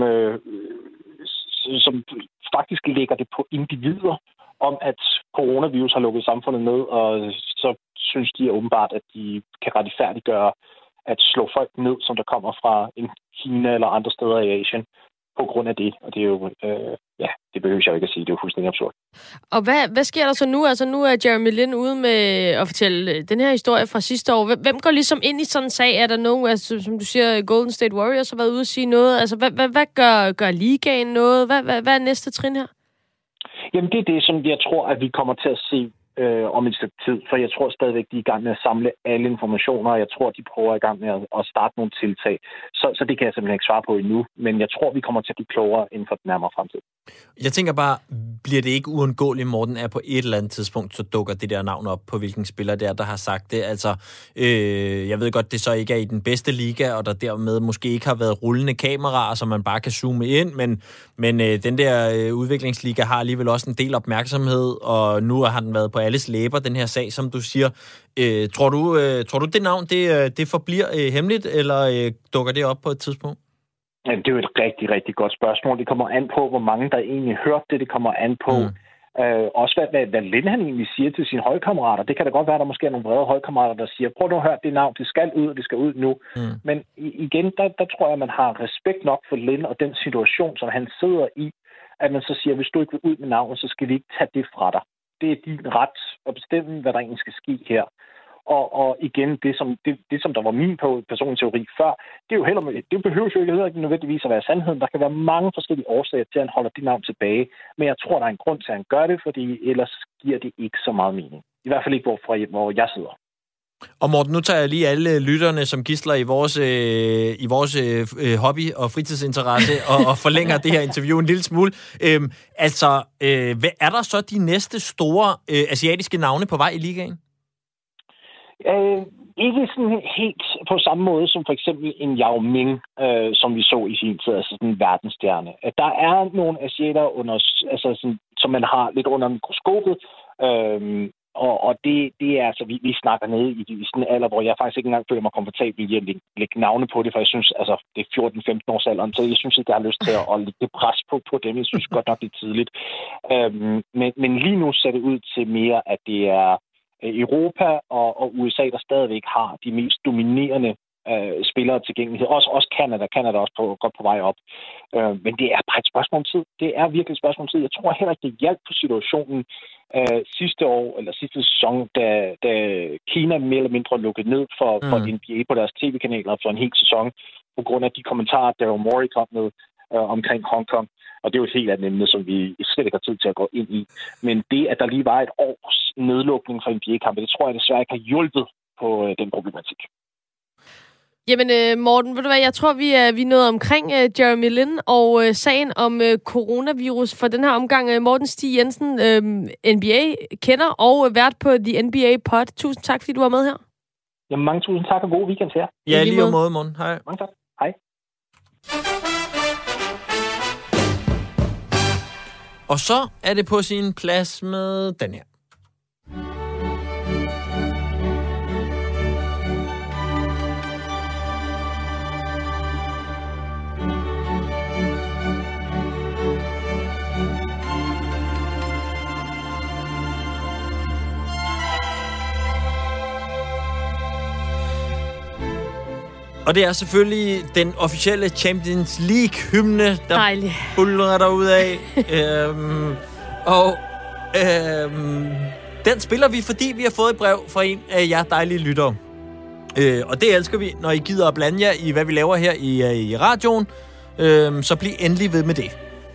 som faktisk lægger det på individer, om at coronavirus har lukket samfundet ned, og så synes de åbenbart, at de kan retfærdiggøre at slå folk ned, som der kommer fra en Kina eller andre steder i Asien, på grund af det. Og det er jo, det behøver jeg ikke at sige, det er jo fuldstændig absurd. Og hvad sker der så nu? Altså nu er Jeremy Lin ude med at fortælle den her historie fra sidste år. Hvem går ligesom ind i sådan en sag? Er der nogen, altså, som du siger, Golden State Warriors har været ude at sige noget? Altså hvad gør ligaen noget? Hvad er næste trin her? Jamen, det er det, som jeg tror, at vi kommer til at se om et stykke tid. For jeg tror stadigvæk, de er i gang med at samle alle informationer, og jeg tror, de prøver i gang med at starte nogle tiltag. Så det kan jeg simpelthen ikke svare på endnu. Men jeg tror, vi kommer til at blive klogere inden for den nærmere fremtid. Jeg tænker bare, bliver det ikke uundgåeligt, Morten, at på et eller andet tidspunkt, så dukker det der navn op på, hvilken spiller det er, der har sagt det. Altså, jeg ved godt, det så ikke er i den bedste liga, og der dermed måske ikke har været rullende kameraer, så man bare kan zoome ind, men den der udviklingsliga har alligevel også en del opmærksomhed, og nu har den været på alles læber, den her sag, som du siger. Tror du det navn, det forbliver hemmeligt, eller dukker det op på et tidspunkt? Ja, det er jo et rigtig, rigtig godt spørgsmål. Det kommer an på, hvor mange der egentlig hørte det. Det kommer an på også, hvad Lin han egentlig siger til sine holdkammerater. Det kan da godt være, at der måske er nogle vrede holdkammerater, der siger, prøv nu at høre det navn, det skal ud, og det skal ud nu. Men igen, der tror jeg, at man har respekt nok for Lin og den situation, som han sidder i, at man så siger, hvis du ikke vil ud med navnet, så skal vi ikke tage det fra dig. Det er din ret at bestemme, hvad der egentlig skal ske her. Og igen, det som der var min personlige teori før, det behøver jo ikke nødvendigvis at være sandheden. Der kan være mange forskellige årsager til, at han holder dit navn tilbage. Men jeg tror, der er en grund til, at han gør det, fordi ellers giver det ikke så meget mening. I hvert fald ikke, hvor jeg sidder. Og Morten, nu tager jeg lige alle lytterne som gidsler i vores hobby og fritidsinteresse og forlænger det her interview en lille smule. Er der så de næste store asiatiske navne på vej i ligaen? Ikke sådan helt på samme måde som for eksempel en Yao Ming, som vi så i sin tid, altså sådan en verdensstjerne. Der er nogle asiater, som man har lidt under mikroskopet, og det er altså, vi snakker nede i sådan en alder, hvor jeg faktisk ikke engang føler mig komfortabel i at lægge navne på det, for jeg synes, altså, det er 14-15 års alderen, så jeg synes ikke, jeg har lyst til at lægge det pres på dem. Jeg synes godt nok, det er tidligt. Men lige nu ser det ud til mere, at det er Europa og USA, der stadigvæk har de mest dominerende spillere tilgængelighed. Også Canada. Canada er også godt på vej op. Men det er bare et spørgsmål om tid. Det er virkelig et spørgsmål om tid. Jeg tror heller ikke, det hjalp på situationen sidste år, eller sidste sæson, da Kina mere eller mindre lukkede ned for NBA på deres tv-kanaler for en hel sæson, på grund af de kommentarer, Daryl Morey kom med omkring Hong Kong. Og det er jo et helt andet emne, som vi slet ikke har tid til at gå ind i. Men det, at der lige var et års nedlukning for NBA-kampe, det tror jeg desværre ikke har hjulpet på den problematik. Jamen, Morten, ved du hvad, jeg tror, vi er nået omkring Jeremy Lin og sagen om coronavirus for den her omgang. Morten Stig Jensen, NBA-kender og vært på The NBA Pod. Tusind tak, fordi du var med her. Jamen, mange tusind tak og god weekend til jer. Ja, lige om måde, Morten. Hej. Mange tak. Hej. Og så er det på sin plads med den her. Og det er selvfølgelig den officielle Champions League-hymne, der buller derudad. Den spiller vi, fordi vi har fået et brev fra en af jer dejlige lyttere. Og det elsker vi, når I gider at blande jer i, hvad vi laver her i radioen. Så bliv endelig ved med det.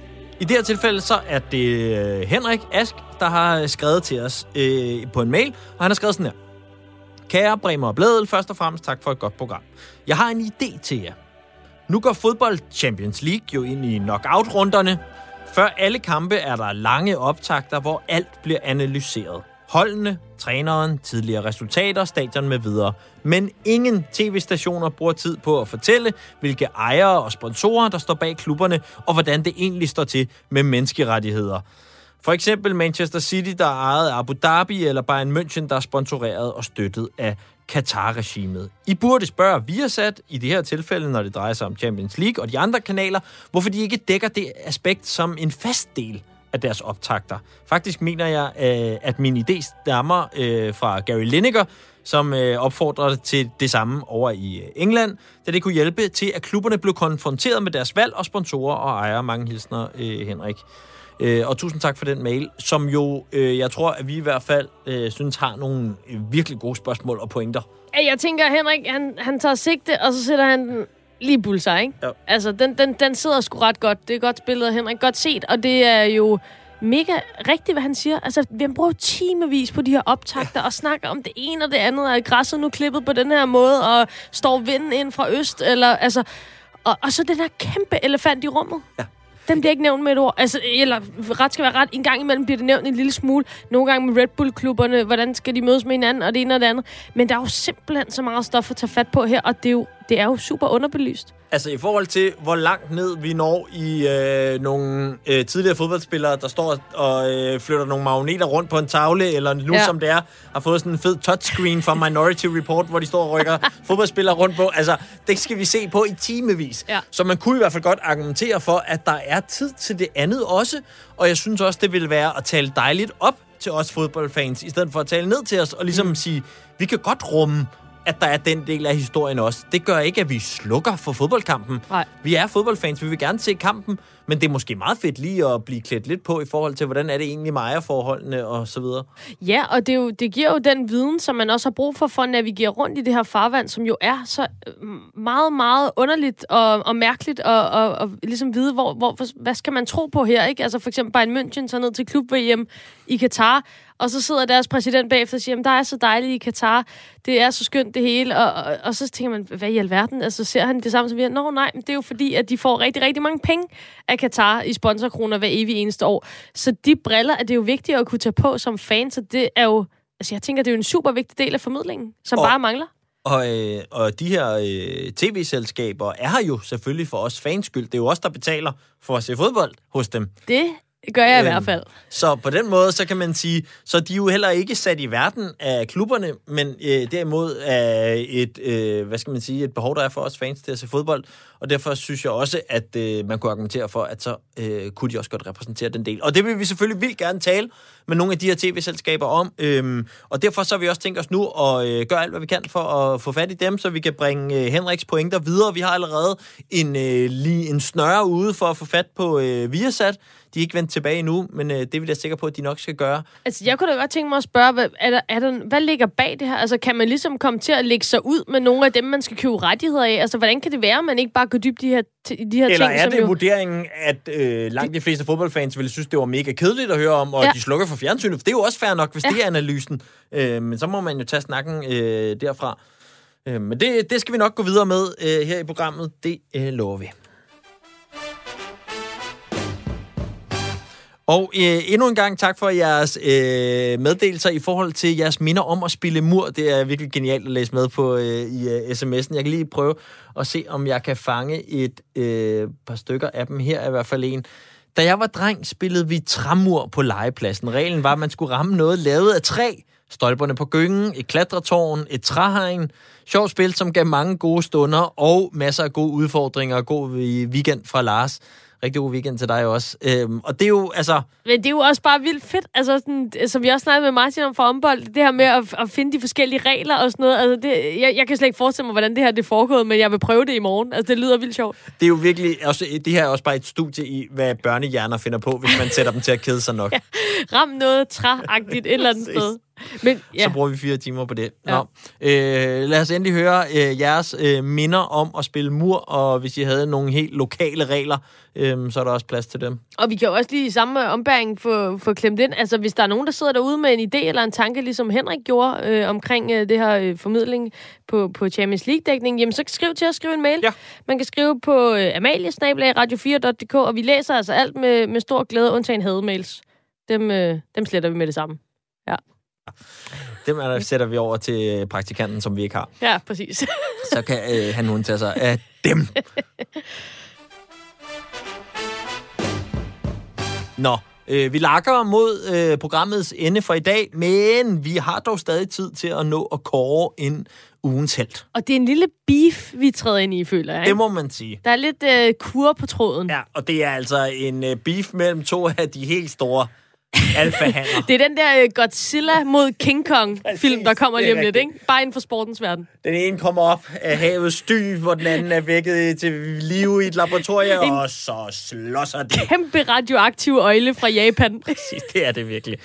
I det her tilfælde, så er det Henrik Ask, der har skrevet til os på en mail. Og han har skrevet sådan her. Kære Bremer og Blædel, først og fremmest tak for et godt program. Jeg har en idé til jer. Nu går fodbold Champions League jo ind i knockout-runderne. Før alle kampe er der lange optakter, hvor alt bliver analyseret. Holdene, træneren, tidligere resultater, stadion med videre. Men ingen tv-stationer bruger tid på at fortælle, hvilke ejere og sponsorer, der står bag klubberne, og hvordan det egentlig står til med menneskerettigheder. For eksempel Manchester City, der er ejet af Abu Dhabi, eller Bayern München, der er sponsoreret og støttet af Qatar-regimet. I burde spørge Viasat, i det her tilfælde, når det drejer sig om Champions League og de andre kanaler, hvorfor de ikke dækker det aspekt som en fast del af deres optakter. Faktisk mener jeg, at min idé stammer fra Gary Lineker, som opfordrede til det samme over i England, da det kunne hjælpe til, at klubberne blev konfronteret med deres valg og sponsorer og ejere. Mange hilsner, Henrik. Og tusind tak for den mail, som jo, jeg tror, at vi i hvert fald synes har nogle virkelig gode spørgsmål og pointer. Jeg tænker, Henrik, han tager sigte, og så sætter han den lige bullseye, ikke? Ja. Altså, den sidder sgu ret godt. Det er godt spillet af Henrik. Godt set, og det er jo mega rigtigt, hvad han siger. Altså, vi har brugt timevis på de her optakter og snakker om det ene og det andet. Er græsset nu klippet på den her måde, og står vinden ind fra øst, eller altså... Og så den der kæmpe elefant i rummet. Ja. Den bliver ikke nævnt med et ord. Altså, eller ret skal være ret. En gang imellem bliver det nævnt en lille smule. Nogle gange med Red Bull-klubberne. Hvordan skal de mødes med hinanden, og det ene og det andet. Men der er jo simpelthen så meget stof at tage fat på her, og det er jo super underbelyst. Altså i forhold til, hvor langt ned vi når i nogle tidligere fodboldspillere, der står og flytter nogle magneter rundt på en tavle, eller nu som det er, har fået sådan en fed touchscreen fra Minority Report, hvor de står og rykker fodboldspillere rundt på. Altså, det skal vi se på i timevis. Ja. Så man kunne i hvert fald godt argumentere for, at der er tid til det andet også, og jeg synes også, det ville være at tale dejligt op til os fodboldfans, i stedet for at tale ned til os, og ligesom sige, vi kan godt rumme, at der er den del af historien også. Det gør ikke, at vi slukker for fodboldkampen. Nej. Vi er fodboldfans, vi vil gerne se kampen, men det er måske meget fedt lige at blive klædt lidt på i forhold til, hvordan er det egentlig med ejerforholdene og så videre. Ja, og det giver jo den viden, som man også har brug for at navigere rundt i det her farvand, som jo er så meget, meget underligt og mærkeligt, og ligesom vide, hvad skal man tro på her, ikke? Altså for eksempel Bayern München tager ned til klub-VM i Qatar, og så sidder deres præsident bagefter og siger, der er så dejligt i Qatar, det er så skønt det hele, og så tænker man, hvad i alverden? Altså ser han det samme som vi har? Nå nej, men det er jo fordi, at de får rigtig, rigtig mange penge af Qatar i sponsorkroner hver evig eneste år. Så de briller er det jo vigtigt at kunne tage på som fan, så det er jo, altså jeg tænker, det er jo en super vigtig del af formidlingen, som bare mangler. Og de her tv-selskaber er her jo selvfølgelig for os fans skyld. Det er jo os, der betaler for at se fodbold hos dem. Det gør jeg i hvert fald. Så på den måde, så kan man sige, så de er jo heller ikke sat i verden af klubberne, men derimod af et behov, der er for os fans til at se fodbold. Og derfor synes jeg også, at man kunne argumentere for, at så kunne de også godt repræsentere den del. Og det vil vi selvfølgelig vildt gerne tale med nogle af de her tv-selskaber om. Og derfor så har vi også tænkt os nu at gøre alt, hvad vi kan for at få fat i dem, så vi kan bringe Henriks pointer videre. Vi har allerede en snøre ude for at få fat på Viasat. De er ikke vendt tilbage endnu, men det vil jeg sikker på, at de nok skal gøre. Altså, jeg kunne da godt tænke mig at spørge, hvad ligger bag det her? Altså, kan man ligesom komme til at lægge sig ud med nogle af dem, man skal købe rettigheder af? Altså, hvordan kan det være, at man ikke bare går dybt de her ting? Eller er det vurderingen, at langt de fleste fodboldfans ville synes, det var mega kedeligt at høre om, og de slukker for fjernsynet? For det er jo også fair nok, hvis det er analysen. Men så må man jo tage snakken derfra. Men det skal vi nok gå videre med her i programmet. Det lover vi. Og endnu en gang tak for jeres meddelelser i forhold til jeres minder om at spille mur. Det er virkelig genialt at læse med på i sms'en. Jeg kan lige prøve at se, om jeg kan fange et par stykker af dem. Her er i hvert fald en. Da jeg var dreng, spillede vi træmur på legepladsen. Reglen var, at man skulle ramme noget lavet af træ. Stolperne på gyngen, et klatretårn, et træhegn. Sjovt spil, som gav mange gode stunder og masser af gode udfordringer. God weekend fra Lars. Rigtig god weekend til dig også. Og det er jo, altså... Men det er jo også bare vildt fedt, altså sådan, som vi også snakkede med Martin om for håndbold, det her med at finde de forskellige regler og sådan noget. Altså det, jeg kan slet ikke forestille mig, hvordan det her det foregår, men jeg vil prøve det i morgen. Altså det lyder vildt sjovt. Det er jo virkelig, også, det her er også bare et studie i, hvad børnehjerner finder på, hvis man sætter dem til at kede sig nok. Ja, ram noget træagtigt et eller andet sted. Men, ja. Så bruger vi 4 timer på det. Ja. Lad os endelig høre jeres minder om at spille mur, og hvis I havde nogle helt lokale regler, så er der også plads til dem. Og vi kan jo også lige i samme ombæring få klemt ind. Altså, hvis der er nogen, der sidder derude med en idé eller en tanke, ligesom Henrik gjorde omkring det her formidling på Champions League-dækning, jamen så skriv til os, skriv en mail. Ja. Man kan skrive på amalie@radio4.dk, og vi læser altså alt med stor glæde, undtagen hademails. Dem sletter vi med det samme. Ja. Dem sætter vi over til praktikanten, som vi ikke har. Ja, præcis. Så kan han hun tage sig af dem. Nå, vi lakker mod programmets ende for i dag, men vi har dog stadig tid til at nå at kåre en ugens helt. Og det er en lille beef, vi træder ind i, føler jeg. Det må man sige. Der er lidt kur på tråden. Ja, og det er altså en beef mellem to af de helt store alfahander. Det er den der Godzilla mod King Kong-film, der kommer lige om lidt, ikke? Bare inden for sportens verden. Den ene kommer op af havets dyb, hvor den anden er vækket til live i et laboratorium, og så slås de. Kæmpe radioaktive øjle fra Japan. Præcis, det er det virkelig.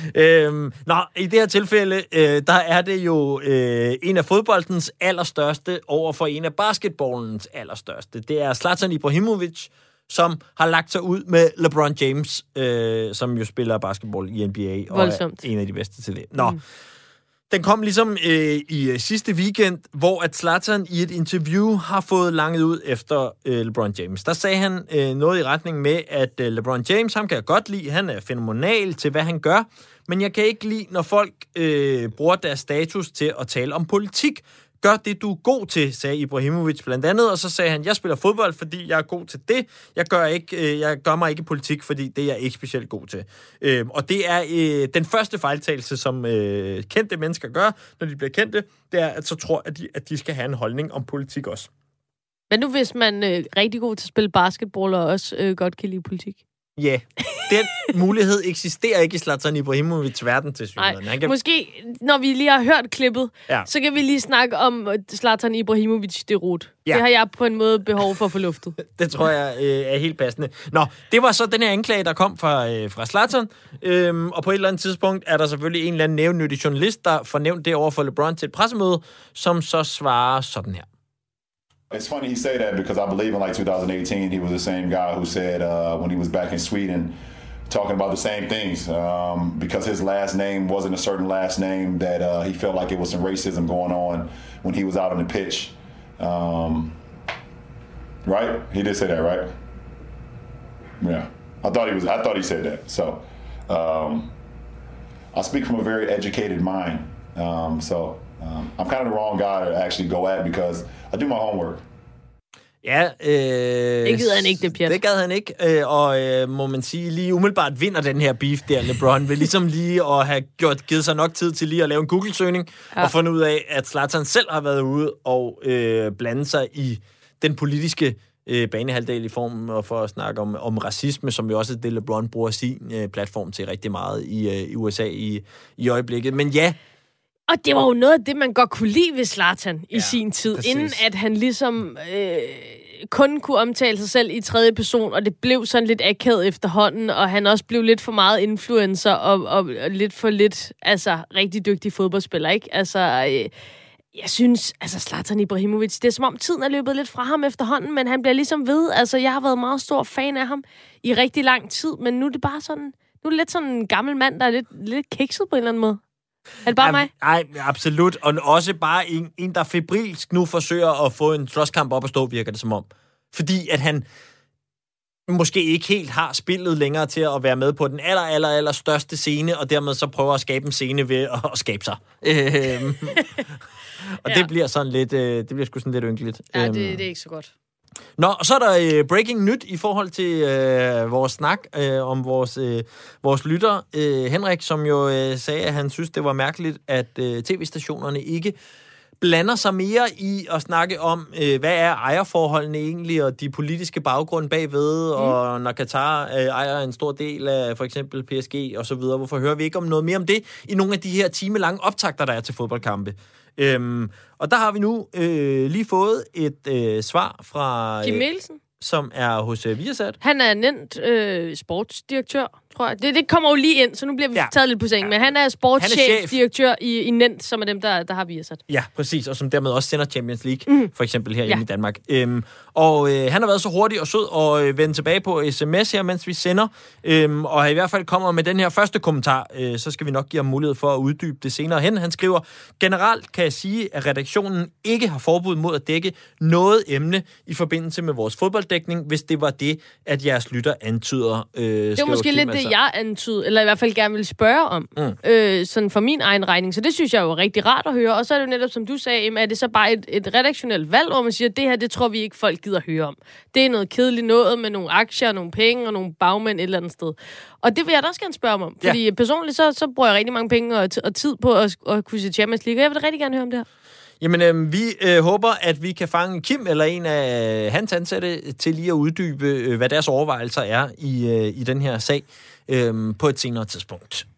I det her tilfælde, der er det jo en af fodboldens allerstørste over for en af basketballens allerstørste. Det er Zlatan Ibrahimovic, som har lagt sig ud med LeBron James, som jo spiller basketball i NBA, og er en af de bedste til det. Den kom ligesom i sidste weekend, hvor at Zlatan i et interview har fået langet ud efter LeBron James. Der sagde han noget i retning med, at LeBron James, ham kan jeg godt lide, han er fænomenal til, hvad han gør, men jeg kan ikke lide, når folk bruger deres status til at tale om politik. Gør det, du er god til, sagde Ibrahimovic blandt andet, og så sagde han, jeg spiller fodbold, fordi jeg er god til det. Jeg gør mig ikke politik, fordi det er jeg ikke specielt god til. Og det er den første fejltagelse, som kendte mennesker gør, når de bliver kendte, det er, at så tror at de skal have en holdning om politik også. Men nu hvis man er rigtig god til at spille basketball og også godt kan lide politik? Ja, den mulighed eksisterer ikke i Zlatan Ibrahimovic verden til synligheden. Måske, når vi lige har hørt klippet, så kan vi lige snakke om Zlatan Ibrahimovic derud. Ja. Det har jeg på en måde behov for at få luftet. Det tror jeg er helt passende. Nå, det var så den her anklage, der kom fra Zlatan. Og på et eller andet tidspunkt er der selvfølgelig en eller anden nævnyttig journalist, der får nævnt det over for LeBron til et pressemøde, som så svarer sådan her. It's funny he say that because I believe in like 2018, he was the same guy who said when he was back in Sweden, talking about the same things. Because his last name wasn't a certain last name, that he felt like it was some racism going on when he was out on the pitch. Right? He did say that, right? Yeah. I thought he said that. So I speak from a very educated mind. I'm kind of the wrong guy to actually go at because I do my homework. Ja, det gider han ikke, det pjat. Det gad han ikke, og må man sige, lige umiddelbart vinder den her beef der, LeBron, ved ligesom lige at have givet sig nok tid til lige at lave en Google-søgning, og fundet ud af, at Zlatan selv har været ude og blande sig i den politiske banehalvdel i form for at snakke om racisme, som jo også er det, LeBron bruger sin platform til rigtig meget i USA i øjeblikket. Men ja, og det var jo noget af det, man godt kunne lide ved Zlatan i sin tid, præcis. Inden at han ligesom kun kunne omtale sig selv i tredje person, og det blev sådan lidt akavet efterhånden, og han også blev lidt for meget influencer, og lidt for lidt, altså rigtig dygtig fodboldspiller, ikke? Altså, jeg synes, altså Zlatan Ibrahimovic, det er som om tiden er løbet lidt fra ham efterhånden, men han bliver ligesom ved, altså jeg har været meget stor fan af ham i rigtig lang tid, men nu er det bare sådan, nu er det lidt sådan en gammel mand, der er lidt kikset på en eller anden måde. Er det bare mig? Nej, absolut. Og også bare en, der febrilsk nu forsøger at få en slåskamp op at stå, virker det som om. Fordi at han måske ikke helt har spillet længere til at være med på den aller største scene, og dermed så prøver at skabe en scene ved at skabe sig. Og det bliver sådan lidt, det bliver sgu sådan lidt ynkeligt. Ja, det er ikke så godt. Nå, og så er der breaking nyt i forhold til vores snak om vores lytter. Henrik, som jo sagde, at han synes, det var mærkeligt, at tv-stationerne ikke blander sig mere i at snakke om, hvad er ejerforholdene egentlig, og de politiske baggrunde bagved, og når Qatar ejer en stor del af for eksempel PSG og så videre. Hvorfor hører vi ikke om noget mere om det i nogle af de her timelange optakter, der er til fodboldkampe? Og der har vi nu lige fået et svar fra Kim Mielsen, som er hos Viasat. Han er nemt sportsdirektør, tror jeg. Det kommer jo lige ind, så nu bliver vi taget lidt på sengen. Men han er sportschefdirektør i Nent, som er dem, der har Viasat. Ja, præcis, og som dermed også sender Champions League, for eksempel herhjemme i Danmark. Og han har været så hurtig og sød og vendt tilbage på sms her, mens vi sender. Og i hvert fald kommer med den her første kommentar, så skal vi nok give ham mulighed for at uddybe det senere hen. Han skriver, generelt kan jeg sige, at redaktionen ikke har forbud mod at dække noget emne i forbindelse med vores fodbolddækning, hvis det var det, at jeres lytter antyder. Det er måske lidt det, jeg antyder, eller i hvert fald gerne vil spørge om, sådan for min egen regning. Så det synes jeg jo er rigtig rart at høre. Og så er det jo netop, som du sagde, er det så bare et redaktionelt valg, hvor man siger, at det her, det tror vi ikke, folk gider høre om. Det er noget kedeligt noget med nogle aktier, nogle penge og nogle bagmænd et eller andet sted. Og det vil jeg da også gerne spørge om. Fordi personligt, så bruger jeg rigtig mange penge og tid på at kunne se Champions League, og jeg vil da rigtig gerne høre om det her. Jamen, vi håber, at vi kan fange Kim eller en af hans ansatte til lige at uddybe, hvad deres overvejelser er i den her sag på et senere tidspunkt.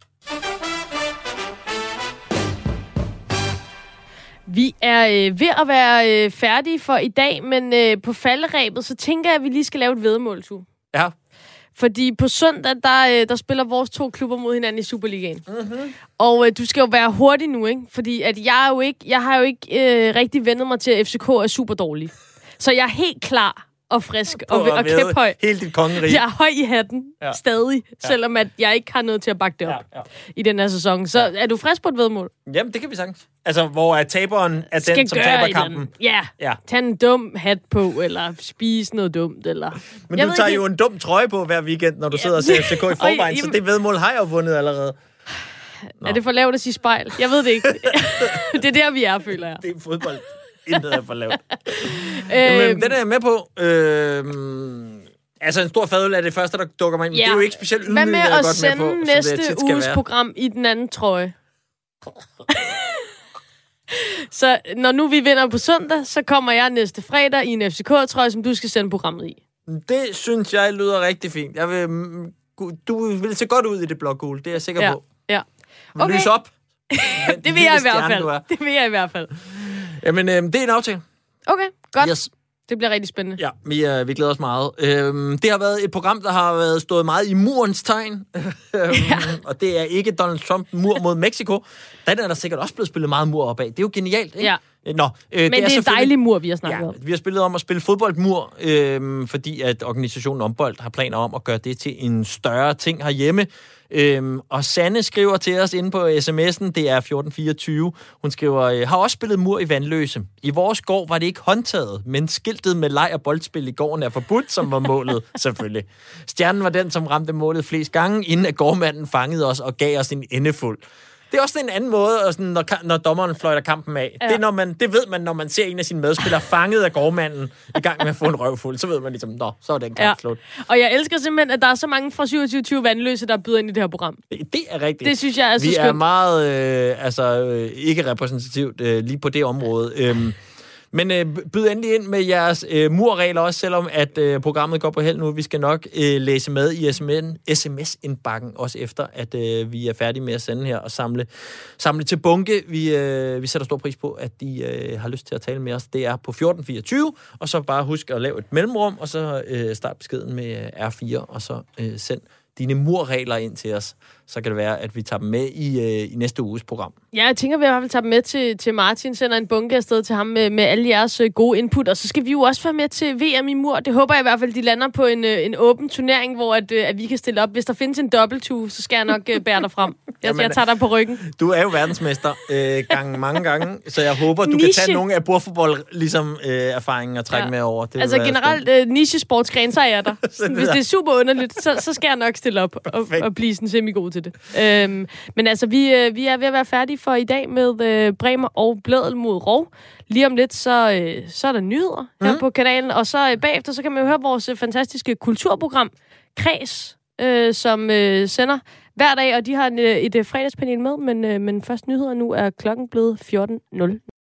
Vi er ved at være færdige for i dag, men på falderæbet, så tænker jeg, at vi lige skal lave et væddemål, Tu. Ja. Fordi på søndag, der spiller vores to klubber mod hinanden i Superligaen. Mm-hmm. Og du skal jo være hurtig nu, ikke? Fordi at jeg har jo ikke rigtig vendet mig til, at FCK er super dårlig. Så jeg er helt klar og frisk og kæphøj. Helt dit kongerige. Jeg er høj i hatten stadig, selvom at jeg ikke har noget til at bakke det op i den her sæson. Så er du frisk på et væddemål? Jamen, det kan vi sagtens. Altså, hvor er taberen af den, som taber kampen? Ja. Tag en dum hat på, eller spise noget dumt, eller... Men du tager jo en dum trøje på hver weekend, når du sidder og ser FCK i forvejen, så det væddemål har jeg jo vundet allerede. Er det for lavt at sige spejl? Jeg ved det ikke. Det er der, vi er, føler jeg. Det er fodbold. Intet er for lavt. Men den er jeg med på. Altså, en stor fadøl er det første, der dukker mig ind. Men det er jo ikke specielt ydmygende, hvad med at sende næste uges program i den anden trøje? Så når nu vi vinder på søndag, så kommer jeg næste fredag i en FCK-trøje, som du skal sende programmet i. Det synes jeg lyder rigtig fint. Du vil se godt ud i det blågule, det er jeg sikker på. Ja. Okay. Lys op. Det vil jeg i hvert fald. Det vil jeg i hvert fald. Jamen, det er en aftale. Okay, godt. Yes. Det bliver rigtig spændende. Ja, vi glæder os meget. Det har været et program, der har stået meget i murens tegn. Og det er ikke Donald Trump mur mod Mexico. Den er der sikkert også blevet spillet meget mur opad. Det er jo genialt, ikke? Ja. Nå, men det er en dejlig mur, vi har snakket om. Vi har spillet om at spille fodboldmur, fordi at organisationen Ombold har planer om at gøre det til en større ting herhjemme. Og Sanne skriver til os inde på sms'en, det er 1424. Hun skriver, har også spillet mur i Vandløse. I vores gård var det ikke håndtaget, men skiltet med leg og boldspil i gården er forbudt, som var målet, selvfølgelig. Stjernen var den, som ramte målet flest gange, inden at gårdmanden fangede os og gav os en endefuld. Det er også en anden måde, sådan, når dommeren fløjter kampen af. Ja. Det ved man, når man ser en af sine medspillere fanget af gårdmanden i gang med at få en røvfuld. Så ved man ligesom, så er den kamp slut. Og jeg elsker simpelthen, at der er så mange fra 27 Vandløse, der byder ind i det her program. Det er rigtigt. Det synes jeg er så skønt. Vi er meget ikke repræsentativt lige på det område. Men byd endelig ind med jeres murregler også, selvom at programmet går på held nu. Vi skal nok læse med i sms-indbakken, også efter at vi er færdige med at sende her og samle til bunke. Vi sætter stor pris på, at de har lyst til at tale med os. Det er på 1424, og så bare husk at lave et mellemrum, og så start beskeden med R4, og så send dine murregler ind til os. så kan det være, at vi tager dem med i næste uges program. Ja, jeg tænker, vi i hvert fald tager dem med til Martin, sender en bunke afsted til ham med alle jeres gode input, og så skal vi jo også være med til VM i mur. Det håber jeg i hvert fald, de lander på en åben turnering, hvor at vi kan stille op. Hvis der findes en dobbelttue, så skal jeg nok bære dig frem. Jeg tager dig på ryggen. Du er jo verdensmester mange gange, så jeg håber, du kan tage nogle af bordfodbold ligesom erfaringen og trække med over. Det altså generelt nichesportsgren, så er jeg der. Hvis det er super underligt, så skal jeg nok stille op og blive sådan semi-god til det. Men altså, vi er ved at være færdige for i dag med Bremer og Blædel mod Rov. Lige om lidt, så er der nyheder her på kanalen, og så bagefter, så kan man jo høre vores fantastiske kulturprogram, Kreds, som sender hver dag, og de har et fredagspanel med, men først nyheder nu er klokken blevet 14.00.